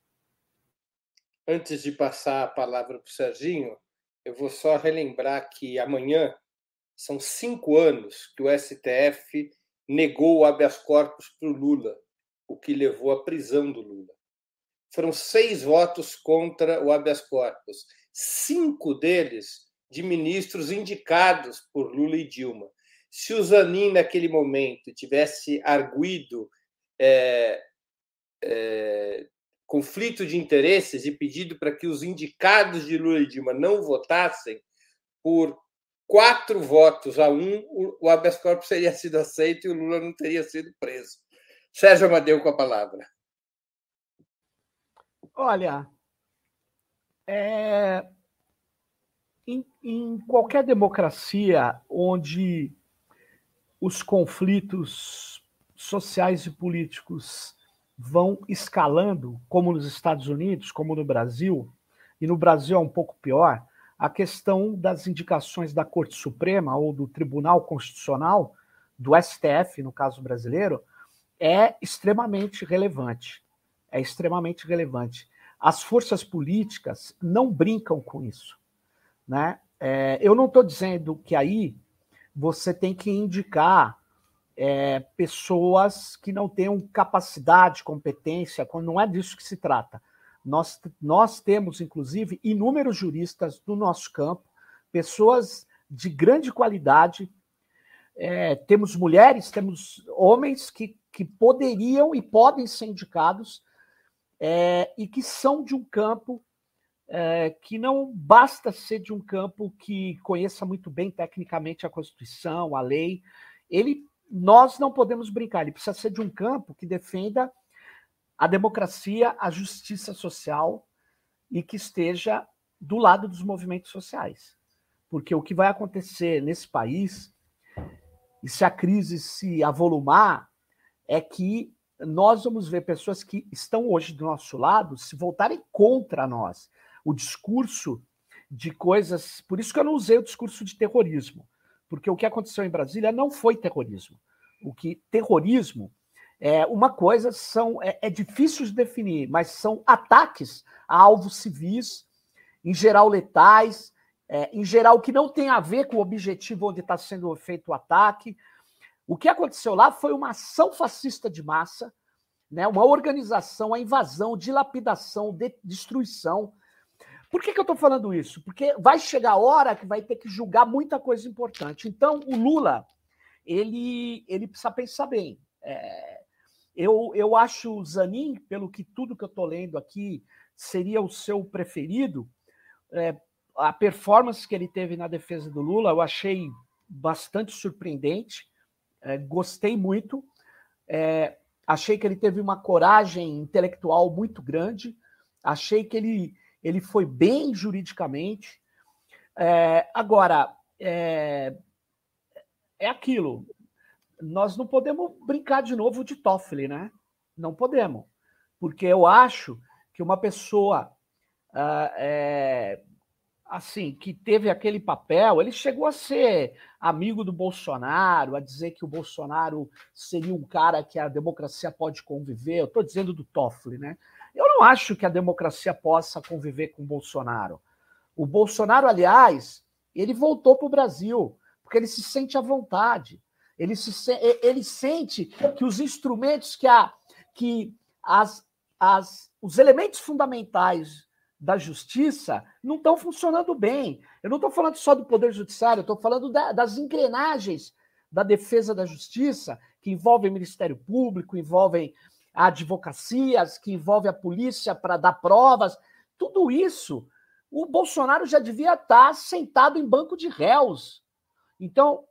Antes de passar a palavra para o Serginho, eu vou só relembrar que amanhã são cinco anos que o S T F negou o habeas corpus para o Lula, o que levou à prisão do Lula. Foram seis votos contra o habeas corpus, cinco deles de ministros indicados por Lula e Dilma. Se o Zanin, naquele momento, tivesse arguido é, é, conflito de interesses e pedido para que os indicados de Lula e Dilma não votassem, por quatro votos a um, o habeas corpus teria sido aceito e o Lula não teria sido preso. Sérgio Amadeu com a palavra. Olha, é, em, em qualquer democracia onde os conflitos sociais e políticos vão escalando, como nos Estados Unidos, como no Brasil, e no Brasil é um pouco pior, a questão das indicações da Corte Suprema ou do Tribunal Constitucional, do S T F, no caso brasileiro, é extremamente relevante. É extremamente relevante. As forças políticas não brincam com isso, né? É, eu não estou dizendo que aí você tem que indicar é, pessoas que não tenham capacidade, competência, não é disso que se trata. Nós, nós temos, inclusive, inúmeros juristas do nosso campo, pessoas de grande qualidade, é, temos mulheres, temos homens que que poderiam e podem ser indicados é, e que são de um campo é, que não basta ser de um campo que conheça muito bem tecnicamente a Constituição, a lei. Ele, nós não podemos brincar, ele precisa ser de um campo que defenda a democracia, a justiça social e que esteja do lado dos movimentos sociais. Porque o que vai acontecer nesse país, e se a crise se avolumar, é que nós vamos ver pessoas que estão hoje do nosso lado se voltarem contra nós. O discurso de coisas... Por isso que eu não usei o discurso de terrorismo, porque o que aconteceu em Brasília não foi terrorismo. O que terrorismo É, uma coisa são é, é difícil de definir, mas são ataques a alvos civis, em geral letais, é, em geral que não tem a ver com o objetivo onde está sendo feito o ataque. O que aconteceu lá foi uma ação fascista de massa, né, uma organização, a invasão, dilapidação, de, destruição. Por que, que eu estou falando isso? Porque vai chegar a hora que vai ter que julgar muita coisa importante. Então, o Lula, ele, ele precisa pensar bem. É, eu, eu acho o Zanin, pelo que tudo que eu estou lendo aqui, seria o seu preferido. É, a performance que ele teve na defesa do Lula, eu achei bastante surpreendente. É, gostei muito. É, achei que ele teve uma coragem intelectual muito grande. Achei que ele... Ele foi bem juridicamente. É, agora, é, é aquilo. Nós não podemos brincar de novo de Toffoli, né? Não podemos. Porque eu acho que uma pessoa ah, é, assim, que teve aquele papel, ele chegou a ser amigo do Bolsonaro, a dizer que o Bolsonaro seria um cara que a democracia pode conviver. Eu estou dizendo do Toffoli, né? Eu não acho que a democracia possa conviver com o Bolsonaro. O Bolsonaro, aliás, ele voltou para o Brasil, porque ele se sente à vontade. Ele, se, ele sente que os instrumentos, que, a, que as, as, os elementos fundamentais da justiça não estão funcionando bem. Eu não estou falando só do Poder Judiciário, eu estou falando da, das engrenagens da defesa da justiça, que envolvem Ministério Público, envolvem advocacias, que envolve a polícia para dar provas, tudo isso, o Bolsonaro já devia estar sentado em banco de réus. Então,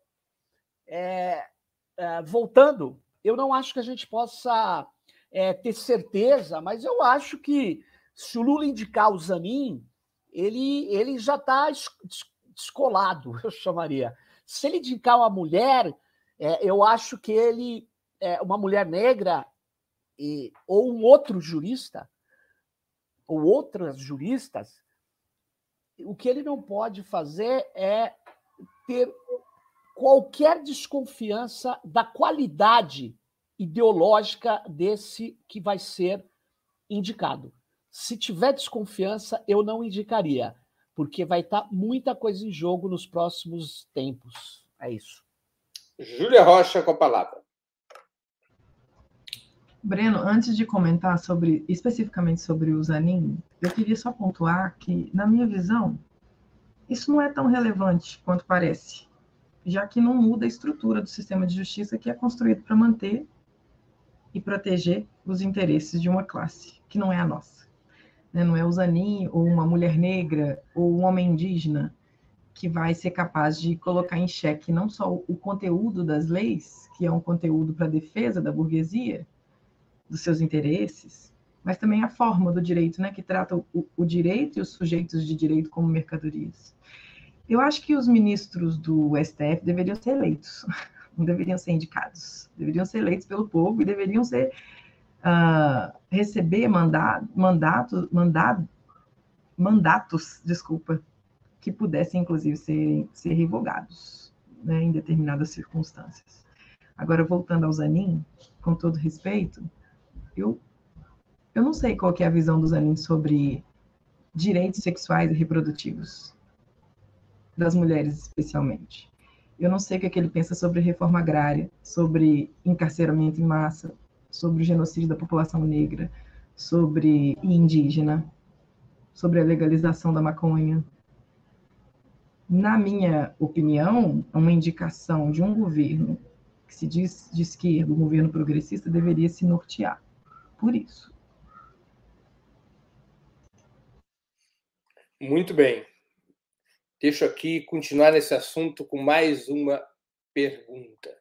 é, é, voltando, eu não acho que a gente possa é, ter certeza, mas eu acho que se o Lula indicar o Zanin, ele, ele já está descolado, eu chamaria. Se ele indicar uma mulher, é, eu acho que ele, é, uma mulher negra, E, ou um outro jurista, ou outras juristas, o que ele não pode fazer é ter qualquer desconfiança da qualidade ideológica desse que vai ser indicado. Se tiver desconfiança, eu não indicaria, porque vai estar muita coisa em jogo nos próximos tempos. É isso. Júlia Rocha com a palavra. Breno, antes de comentar sobre especificamente sobre o Zanin, eu queria só pontuar que, na minha visão, isso não é tão relevante quanto parece, já que não muda a estrutura do sistema de justiça que é construído para manter e proteger os interesses de uma classe, que não é a nossa. Não é o Zanin ou uma mulher negra ou um homem indígena que vai ser capaz de colocar em xeque não só o conteúdo das leis, que é um conteúdo para a defesa da burguesia, dos seus interesses, mas também a forma do direito, né, que trata o, o direito e os sujeitos de direito como mercadorias. Eu acho que os ministros do S T F deveriam ser eleitos, não deveriam ser indicados, deveriam ser eleitos pelo povo e deveriam ser uh, receber mandato, mandato, mandado, mandatos, desculpa, que pudessem inclusive ser, ser revogados, né, em determinadas circunstâncias. Agora, voltando ao Zanin, com todo respeito, Eu, eu não sei qual que é a visão do Zanin sobre direitos sexuais e reprodutivos, das mulheres especialmente. Eu não sei o que, é que ele pensa sobre reforma agrária, sobre encarceramento em massa, sobre o genocídio da população negra, sobre indígena, sobre a legalização da maconha. Na minha opinião, uma indicação de um governo que se diz de esquerda, um governo progressista, deveria se nortear por isso. Muito bem. Deixo aqui continuar nesse assunto com mais uma pergunta.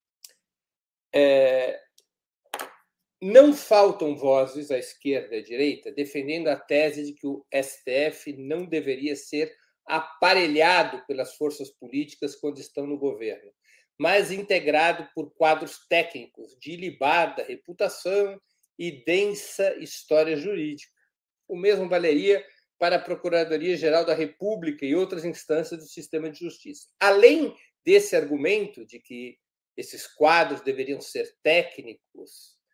É... Não faltam vozes à esquerda e à direita defendendo a tese de que o S T F não deveria ser aparelhado pelas forças políticas quando estão no governo, mas integrado por quadros técnicos de ilibada reputação e densa história jurídica. O mesmo valeria para a Procuradoria-Geral da República e outras instâncias do sistema de justiça. Além desse argumento de que esses quadros deveriam ser técnicos,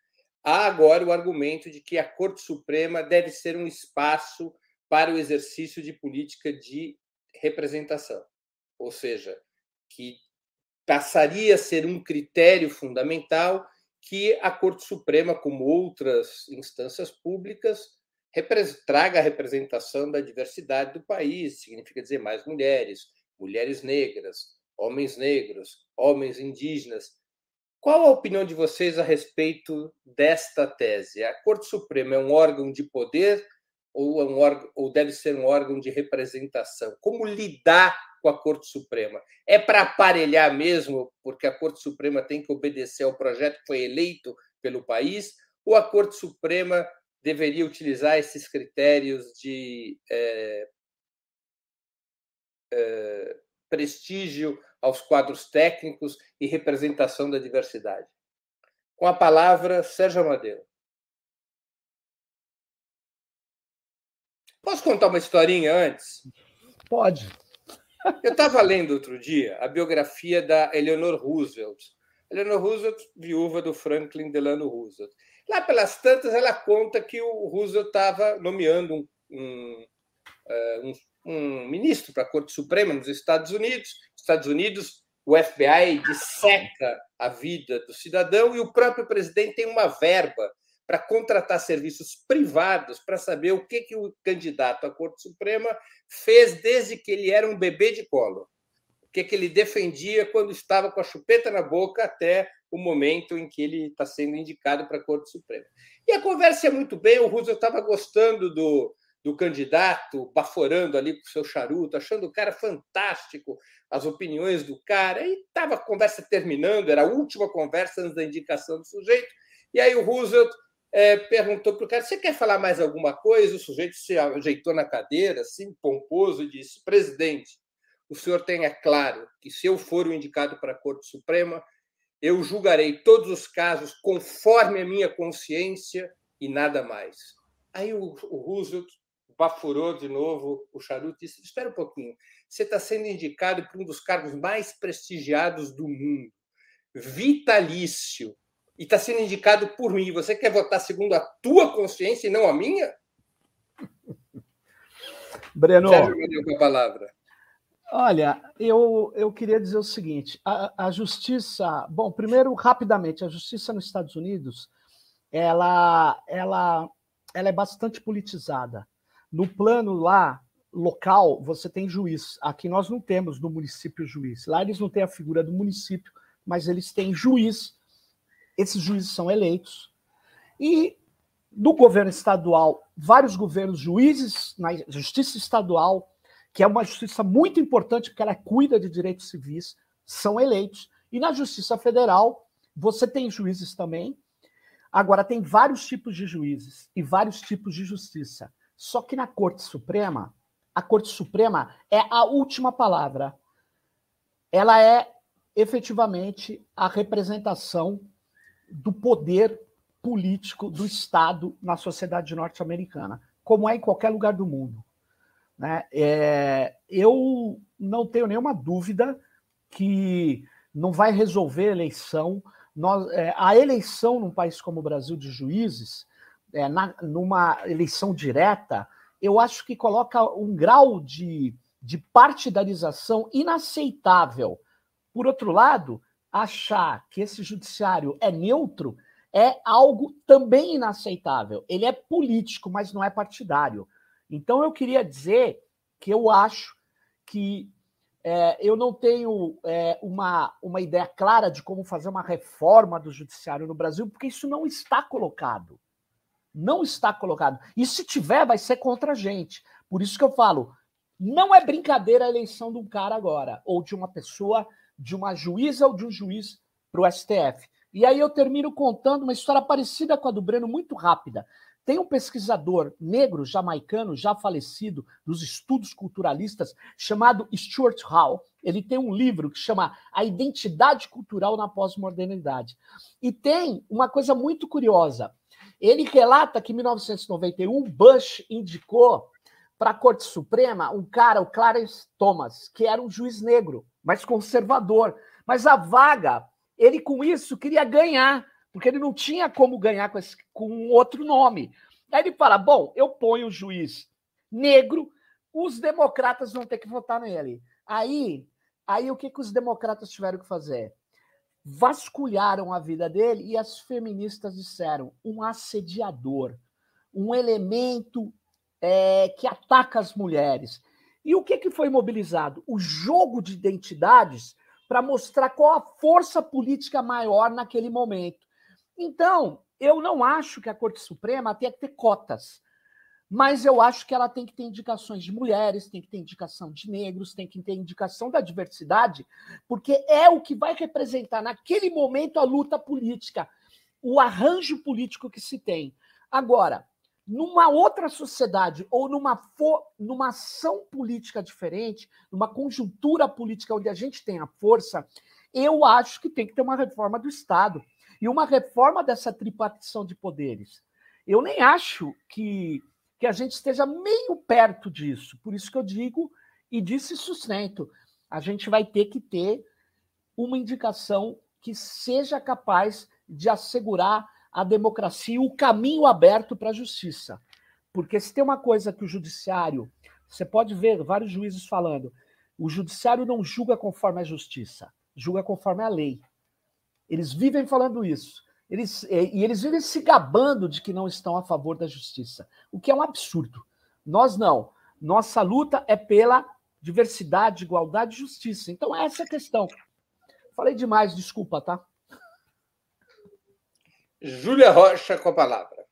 há agora o argumento de que a Corte Suprema deve ser um espaço para o exercício de política de representação, ou seja, que passaria a ser um critério fundamental que a Corte Suprema, como outras instâncias públicas, traga a representação da diversidade do país, significa dizer mais mulheres, mulheres negras, homens negros, homens indígenas. Qual a opinião de vocês a respeito desta tese? A Corte Suprema é um órgão de poder ou, é um órgão, ou deve ser um órgão de representação? Como lidar com a Corte Suprema? É para aparelhar mesmo, porque a Corte Suprema tem que obedecer ao projeto que foi eleito pelo país, ou a Corte Suprema deveria utilizar esses critérios de é, é, prestígio aos quadros técnicos e representação da diversidade? Com a palavra, Sérgio Amadeu. Posso contar uma historinha antes? Pode. Eu estava lendo outro dia a biografia da Eleanor Roosevelt. Eleanor Roosevelt, viúva do Franklin Delano Roosevelt. Lá pelas tantas, ela conta que o Roosevelt estava nomeando um, um, um, um ministro para a Corte Suprema nos Estados Unidos. Nos Estados Unidos, o F B I disseca a vida do cidadão e o próprio presidente tem uma verba para contratar serviços privados para saber o que, que o candidato à Corte Suprema fez desde que ele era um bebê de colo. O que, que ele defendia quando estava com a chupeta na boca até o momento em que ele está sendo indicado para a Corte Suprema. E a conversa é muito bem, o Roosevelt estava gostando do, do candidato, baforando ali com o seu charuto, achando o cara fantástico, as opiniões do cara, e estava a conversa terminando, era a última conversa antes da indicação do sujeito, e aí o Roosevelt é, perguntou para o cara, você quer falar mais alguma coisa? O sujeito se ajeitou na cadeira, assim, pomposo, e disse, presidente, o senhor tenha claro que se eu for o indicado para a Corte Suprema, eu julgarei todos os casos conforme a minha consciência e nada mais. Aí o, o Roosevelt baforou de novo o charuto e disse, espera um pouquinho, você está sendo indicado para um dos cargos mais prestigiados do mundo, vitalício, e está sendo indicado por mim. Você quer votar segundo a tua consciência e não a minha? Breno, Sérgio, me deu a palavra. Olha, eu, eu queria dizer o seguinte, a, a justiça... Bom, primeiro, rapidamente, a justiça nos Estados Unidos, ela, ela, ela é bastante politizada. No plano lá, local, você tem juiz. Aqui nós não temos no município juiz. Lá eles não têm a figura do município, mas eles têm juiz. Esses juízes são eleitos. E no governo estadual, vários governos juízes na justiça estadual, que é uma justiça muito importante, porque ela cuida de direitos civis, são eleitos. E na Justiça Federal, você tem juízes também. Agora, tem vários tipos de juízes e vários tipos de justiça. Só que na Corte Suprema, a Corte Suprema é a última palavra. Ela é, efetivamente, a representação do poder político do Estado na sociedade norte-americana, como é em qualquer lugar do mundo. Né? É, eu não tenho nenhuma dúvida que não vai resolver a eleição. Nós, é, a eleição num país como o Brasil de juízes, é, na, numa eleição direta, eu acho que coloca um grau de, de partidarização inaceitável. Por outro lado, achar que esse judiciário é neutro é algo também inaceitável. Ele é político, mas não é partidário. Então, eu queria dizer que eu acho que é, eu não tenho é, uma, uma ideia clara de como fazer uma reforma do judiciário no Brasil, porque isso não está colocado. Não está colocado. E se tiver, vai ser contra a gente. Por isso que eu falo, não é brincadeira a eleição de um cara agora, ou de uma pessoa, de uma juíza ou de um juiz para o S T F. E aí eu termino contando uma história parecida com a do Breno, muito rápida. Tem um pesquisador negro jamaicano, já falecido, dos estudos culturalistas, chamado Stuart Hall. Ele tem um livro que chama A Identidade Cultural na Pós-Modernidade. E tem uma coisa muito curiosa. Ele relata que em mil novecentos e noventa e um, Bush indicou para a Corte Suprema um cara, o Clarence Thomas, que era um juiz negro, mas conservador. Mas a vaga, ele com isso queria ganhar, porque ele não tinha como ganhar com, esse, com um outro nome. Aí ele fala, bom, eu ponho o juiz negro, os democratas vão ter que votar nele. Aí, aí o que, que os democratas tiveram que fazer? Vasculharam a vida dele e as feministas disseram, um assediador, um elemento é, que ataca as mulheres. E o que, que foi mobilizado? O jogo de identidades para mostrar qual a força política maior naquele momento. Então, eu não acho que a Corte Suprema tenha que ter cotas, mas eu acho que ela tem que ter indicações de mulheres, tem que ter indicação de negros, tem que ter indicação da diversidade, porque é o que vai representar naquele momento a luta política, o arranjo político que se tem. Agora, numa outra sociedade ou numa, fo- numa ação política diferente, numa conjuntura política onde a gente tem a força, eu acho que tem que ter uma reforma do Estado e uma reforma dessa tripartição de poderes. Eu nem acho que, que a gente esteja meio perto disso. Por isso que eu digo e disse sustento. A gente vai ter que ter uma indicação que seja capaz de assegurar a democracia e o caminho aberto para a justiça. Porque se tem uma coisa que o judiciário... Você pode ver vários juízes falando, o judiciário não julga conforme a justiça, julga conforme a lei. Eles vivem falando isso. Eles, e eles vivem se gabando de que não estão a favor da justiça, o que é um absurdo. Nós não. Nossa luta é pela diversidade, igualdade e justiça. Então, essa é a questão. Falei demais, desculpa, tá? Júlia Rocha com a palavra.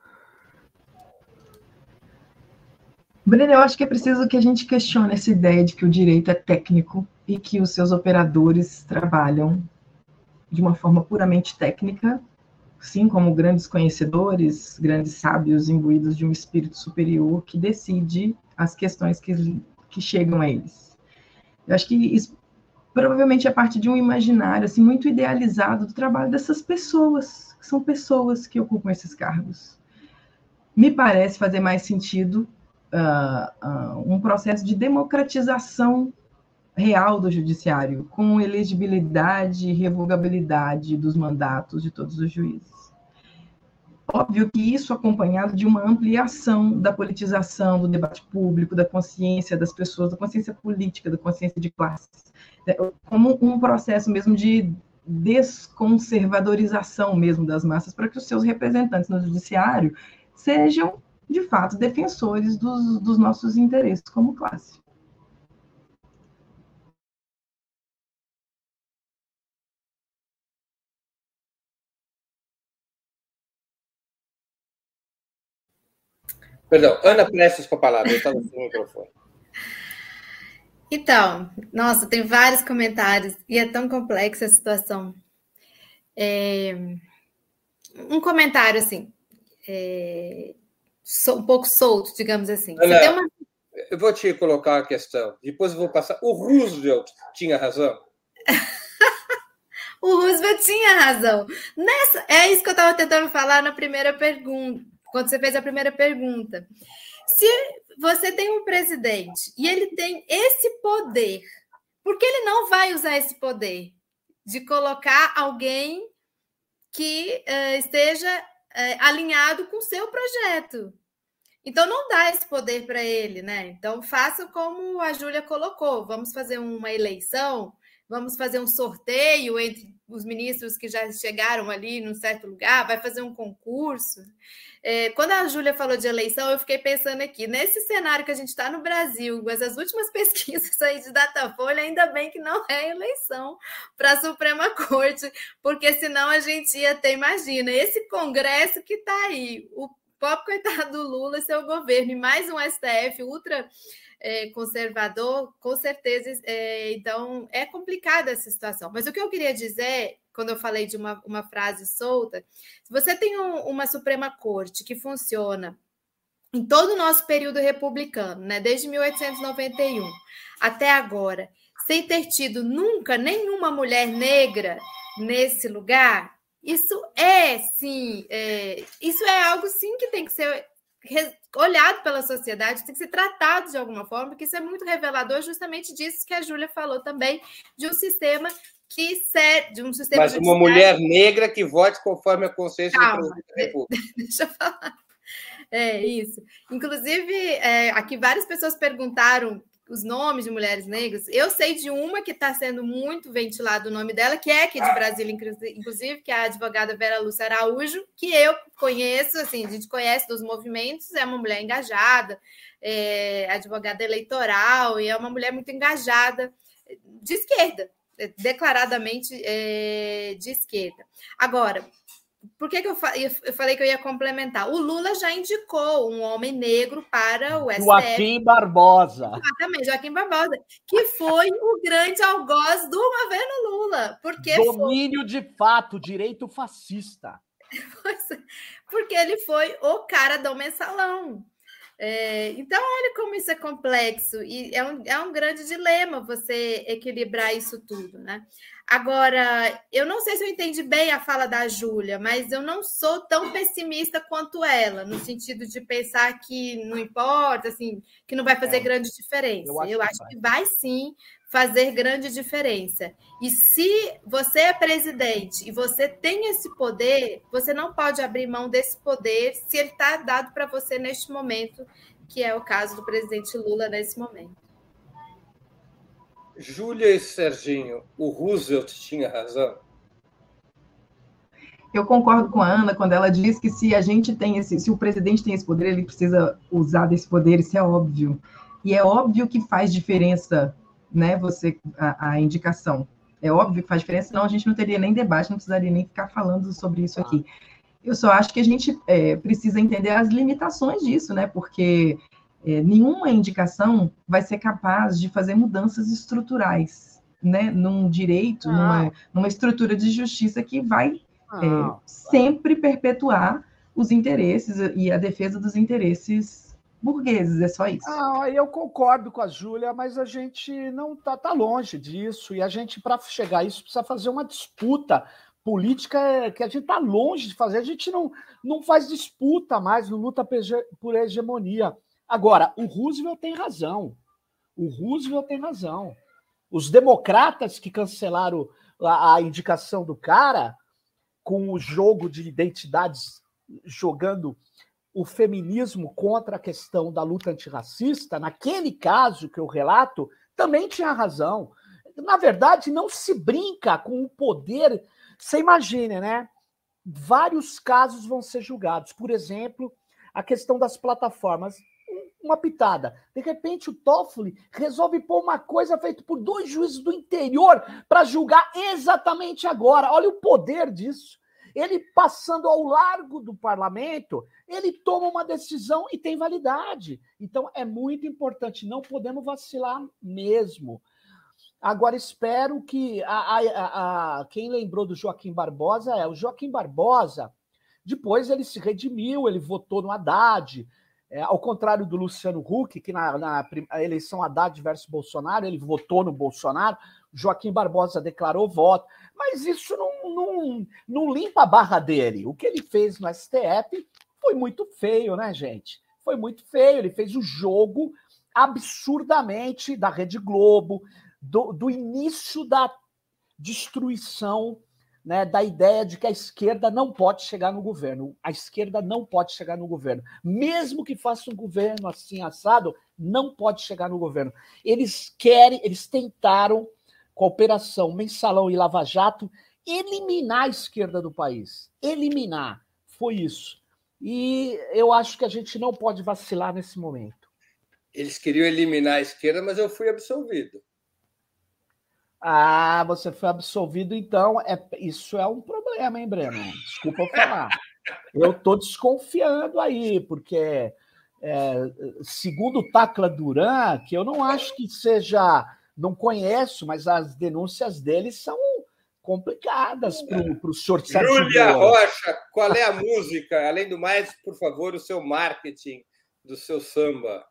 Breno, eu acho que é preciso que a gente questione essa ideia de que o direito é técnico e que os seus operadores trabalham de uma forma puramente técnica, sim, como grandes conhecedores, grandes sábios imbuídos de um espírito superior que decide as questões que, que chegam a eles. Eu acho que isso provavelmente é parte de um imaginário assim, muito idealizado do trabalho dessas pessoas, que são pessoas que ocupam esses cargos. Me parece fazer mais sentido uh, uh, um processo de democratização real do judiciário, com elegibilidade e revogabilidade dos mandatos de todos os juízes. Óbvio que isso acompanhado de uma ampliação da politização do debate público, da consciência das pessoas, da consciência política, da consciência de classes, como um processo mesmo de desconservadorização mesmo das massas, para que os seus representantes no judiciário sejam, de fato, defensores dos, dos nossos interesses como classe. Perdão, Ana Prestes com a palavra, eu estava sem o microfone. Então, nossa, tem vários comentários e é tão complexa a situação. É... Um comentário, assim, é... um pouco solto, digamos assim. Ana, Você tem uma... eu vou te colocar a questão, depois eu vou passar. O Roosevelt tinha razão? O Roosevelt tinha razão. Nessa... É isso que eu estava tentando falar na primeira pergunta, quando você fez a primeira pergunta. Se você tem um presidente e ele tem esse poder, por que ele não vai usar esse poder de colocar alguém que uh, esteja uh, alinhado com o seu projeto? Então, não dá esse poder para ele, né? Então, faça como a Júlia colocou. Vamos fazer uma eleição, vamos fazer um sorteio entre os ministros que já chegaram ali num certo lugar, vai fazer um concurso. É, quando a Júlia falou de eleição, eu fiquei pensando aqui, nesse cenário que a gente está no Brasil, mas as últimas pesquisas aí de Datafolha, ainda bem que não é eleição para a Suprema Corte, porque senão a gente ia ter, imagina, esse Congresso que está aí, o pobre coitado do Lula e seu governo, e mais um S T F ultra é, conservador, com certeza, é, então é complicada essa situação. Mas o que eu queria dizer, quando eu falei de uma, uma frase solta, se você tem um, uma Suprema Corte que funciona em todo o nosso período republicano, né, desde mil oitocentos e noventa e um até agora, sem ter tido nunca nenhuma mulher negra nesse lugar, isso é, sim, é, isso é algo, sim, que tem que ser olhado pela sociedade, tem que ser tratado de alguma forma, porque isso é muito revelador justamente disso que a Júlia falou também, de um sistema que serve de um sistema Mas uma mulher negra que vote conforme a consciência do presidente da República. Deixa eu falar. É isso. Inclusive, é, aqui várias pessoas perguntaram os nomes de mulheres negras. Eu sei de uma que está sendo muito ventilado o nome dela, que é aqui de Brasília, inclusive, que é a advogada Vera Lúcia Araújo, que eu conheço, assim, a gente conhece dos movimentos, é uma mulher engajada, é advogada eleitoral, e é uma mulher muito engajada de esquerda, declaradamente é, de esquerda. Agora, por que, que eu, fa eu falei que eu ia complementar? O Lula já indicou um homem negro para o S T F. Joaquim Barbosa. Exatamente, Joaquim Barbosa, que foi o grande algoz do governo Lula. Porque Domínio foi... de fato, direito fascista. Porque ele foi o cara do mensalão. É, então, olha como isso é complexo, e é um, é um grande dilema você equilibrar isso tudo, né? Agora, eu não sei se eu entendi bem a fala da Júlia, mas eu não sou tão pessimista quanto ela, no sentido de pensar que não importa, assim, que não vai fazer é, grande diferença. Eu acho, eu acho que, que vai sim fazer grande diferença. E se você é presidente e você tem esse poder, você não pode abrir mão desse poder se ele está dado para você neste momento, que é o caso do presidente Lula nesse momento. Júlia e Serginho, o Roosevelt tinha razão? Eu concordo com a Ana quando ela diz que se a gente tem esse, se o presidente tem esse poder, ele precisa usar desse poder, isso é óbvio. E é óbvio que faz diferença, né, você, a, a indicação. É óbvio que faz diferença, senão a gente não teria nem debate, não precisaria nem ficar falando sobre isso aqui. Eu só acho que a gente é, precisa entender as limitações disso, né, porque é, nenhuma indicação vai ser capaz de fazer mudanças estruturais, né, num direito, ah. numa, numa estrutura de justiça que vai ah. é, sempre perpetuar os interesses e a defesa dos interesses burgueses, é só isso. Ah, eu concordo com a Júlia, mas a gente não está tá longe disso, e a gente, para chegar a isso, precisa fazer uma disputa política que a gente está longe de fazer, a gente não, não faz disputa mais, não luta por hegemonia. Agora, o Roosevelt tem razão, o Roosevelt tem razão. Os democratas que cancelaram a, a indicação do cara, com o jogo de identidades, jogando o feminismo contra a questão da luta antirracista, naquele caso que eu relato, também tinha razão. Na verdade, não se brinca com o poder. Você imagina, né? Vários casos vão ser julgados. Por exemplo, a questão das plataformas. Uma pitada. De repente, o Toffoli resolve pôr uma coisa feita por dois juízes do interior para julgar exatamente agora. Olha o poder disso. Ele, passando ao largo do parlamento, ele toma uma decisão e tem validade. Então, é muito importante, não podemos vacilar mesmo. Agora, espero que... A, a, a, quem lembrou do Joaquim Barbosa é o Joaquim Barbosa. Depois ele se redimiu, ele votou no Haddad. É, ao contrário do Luciano Huck, que na, na eleição Haddad versus Bolsonaro, ele votou no Bolsonaro. Joaquim Barbosa declarou voto. Mas isso não, não, não limpa a barra dele. O que ele fez no S T F foi muito feio, né, gente? Foi muito feio. Ele fez o jogo absurdamente da Rede Globo, do, do início da destruição, né, da ideia de que a esquerda não pode chegar no governo. A esquerda não pode chegar no governo. Mesmo que faça um governo assim assado, não pode chegar no governo. Eles querem, eles tentaram, com a Operação Mensalão e Lava Jato, eliminar a esquerda do país. Eliminar. Foi isso. E eu acho que a gente não pode vacilar nesse momento. Eles queriam eliminar a esquerda, mas eu fui absolvido. Ah, você foi absolvido, então. É, isso é um problema, hein, Breno? Desculpa eu falar. Eu estou desconfiando aí, porque, é, segundo o Tacla Duran, que eu não acho que seja... Não conheço, mas as denúncias dele são complicadas para o senhor Sérgio. Júlia Rocha, qual é a música? Além do mais, por favor, o seu marketing do seu samba.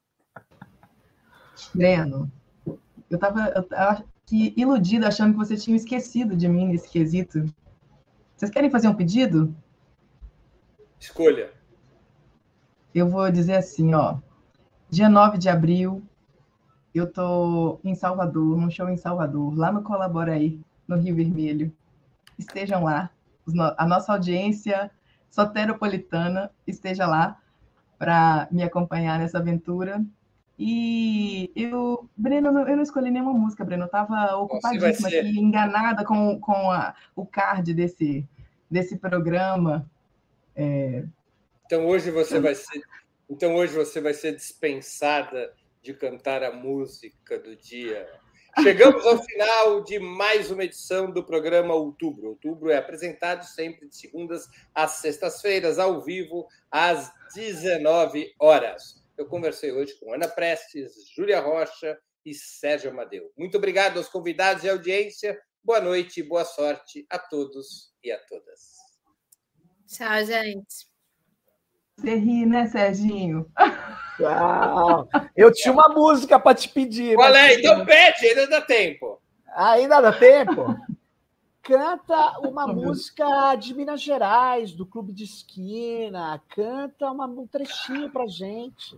Breno, eu estava iludida achando que você tinha esquecido de mim nesse quesito. Vocês querem fazer um pedido? Escolha. Eu vou dizer assim, ó. Dia nove de abril, eu tô em Salvador, num show em Salvador, lá no Colabora Aí. no Rio Vermelho. Estejam lá. A nossa audiência soteropolitana esteja lá para me acompanhar nessa aventura. E eu, Breno, eu não escolhi nenhuma música, Breno. Eu estava ocupadíssima ser... aqui, enganada com, com a, o card desse, desse programa. É... Então hoje você vai ser, então hoje você vai ser dispensada de cantar a música do dia. Chegamos ao final de mais uma edição do programa Outubro. Outubro é apresentado sempre de segundas às sextas-feiras, ao vivo, às dezenove horas. Eu conversei hoje com Ana Prestes, Júlia Rocha e Sérgio Amadeu. Muito obrigado aos convidados e audiência. Boa noite e boa sorte a todos e a todas. Tchau, gente. Você ri, né, Serginho? Tchau. Eu tinha uma música para te pedir. Qual é? Então pede, ainda dá tempo. Ainda dá tempo? Canta uma música de Minas Gerais, do Clube de Esquina. Canta uma, um trechinho pra gente.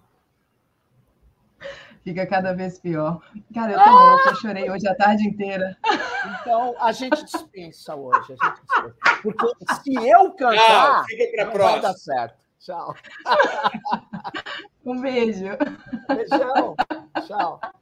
Fica cada vez pior. Cara, eu tô ah! louca, eu chorei hoje a tarde inteira. Então, a gente dispensa hoje. A gente dispensa. Porque se eu cantar, não, fica pra não próxima. Vai dar certo. Tchau. Um beijo. Beijão. Tchau.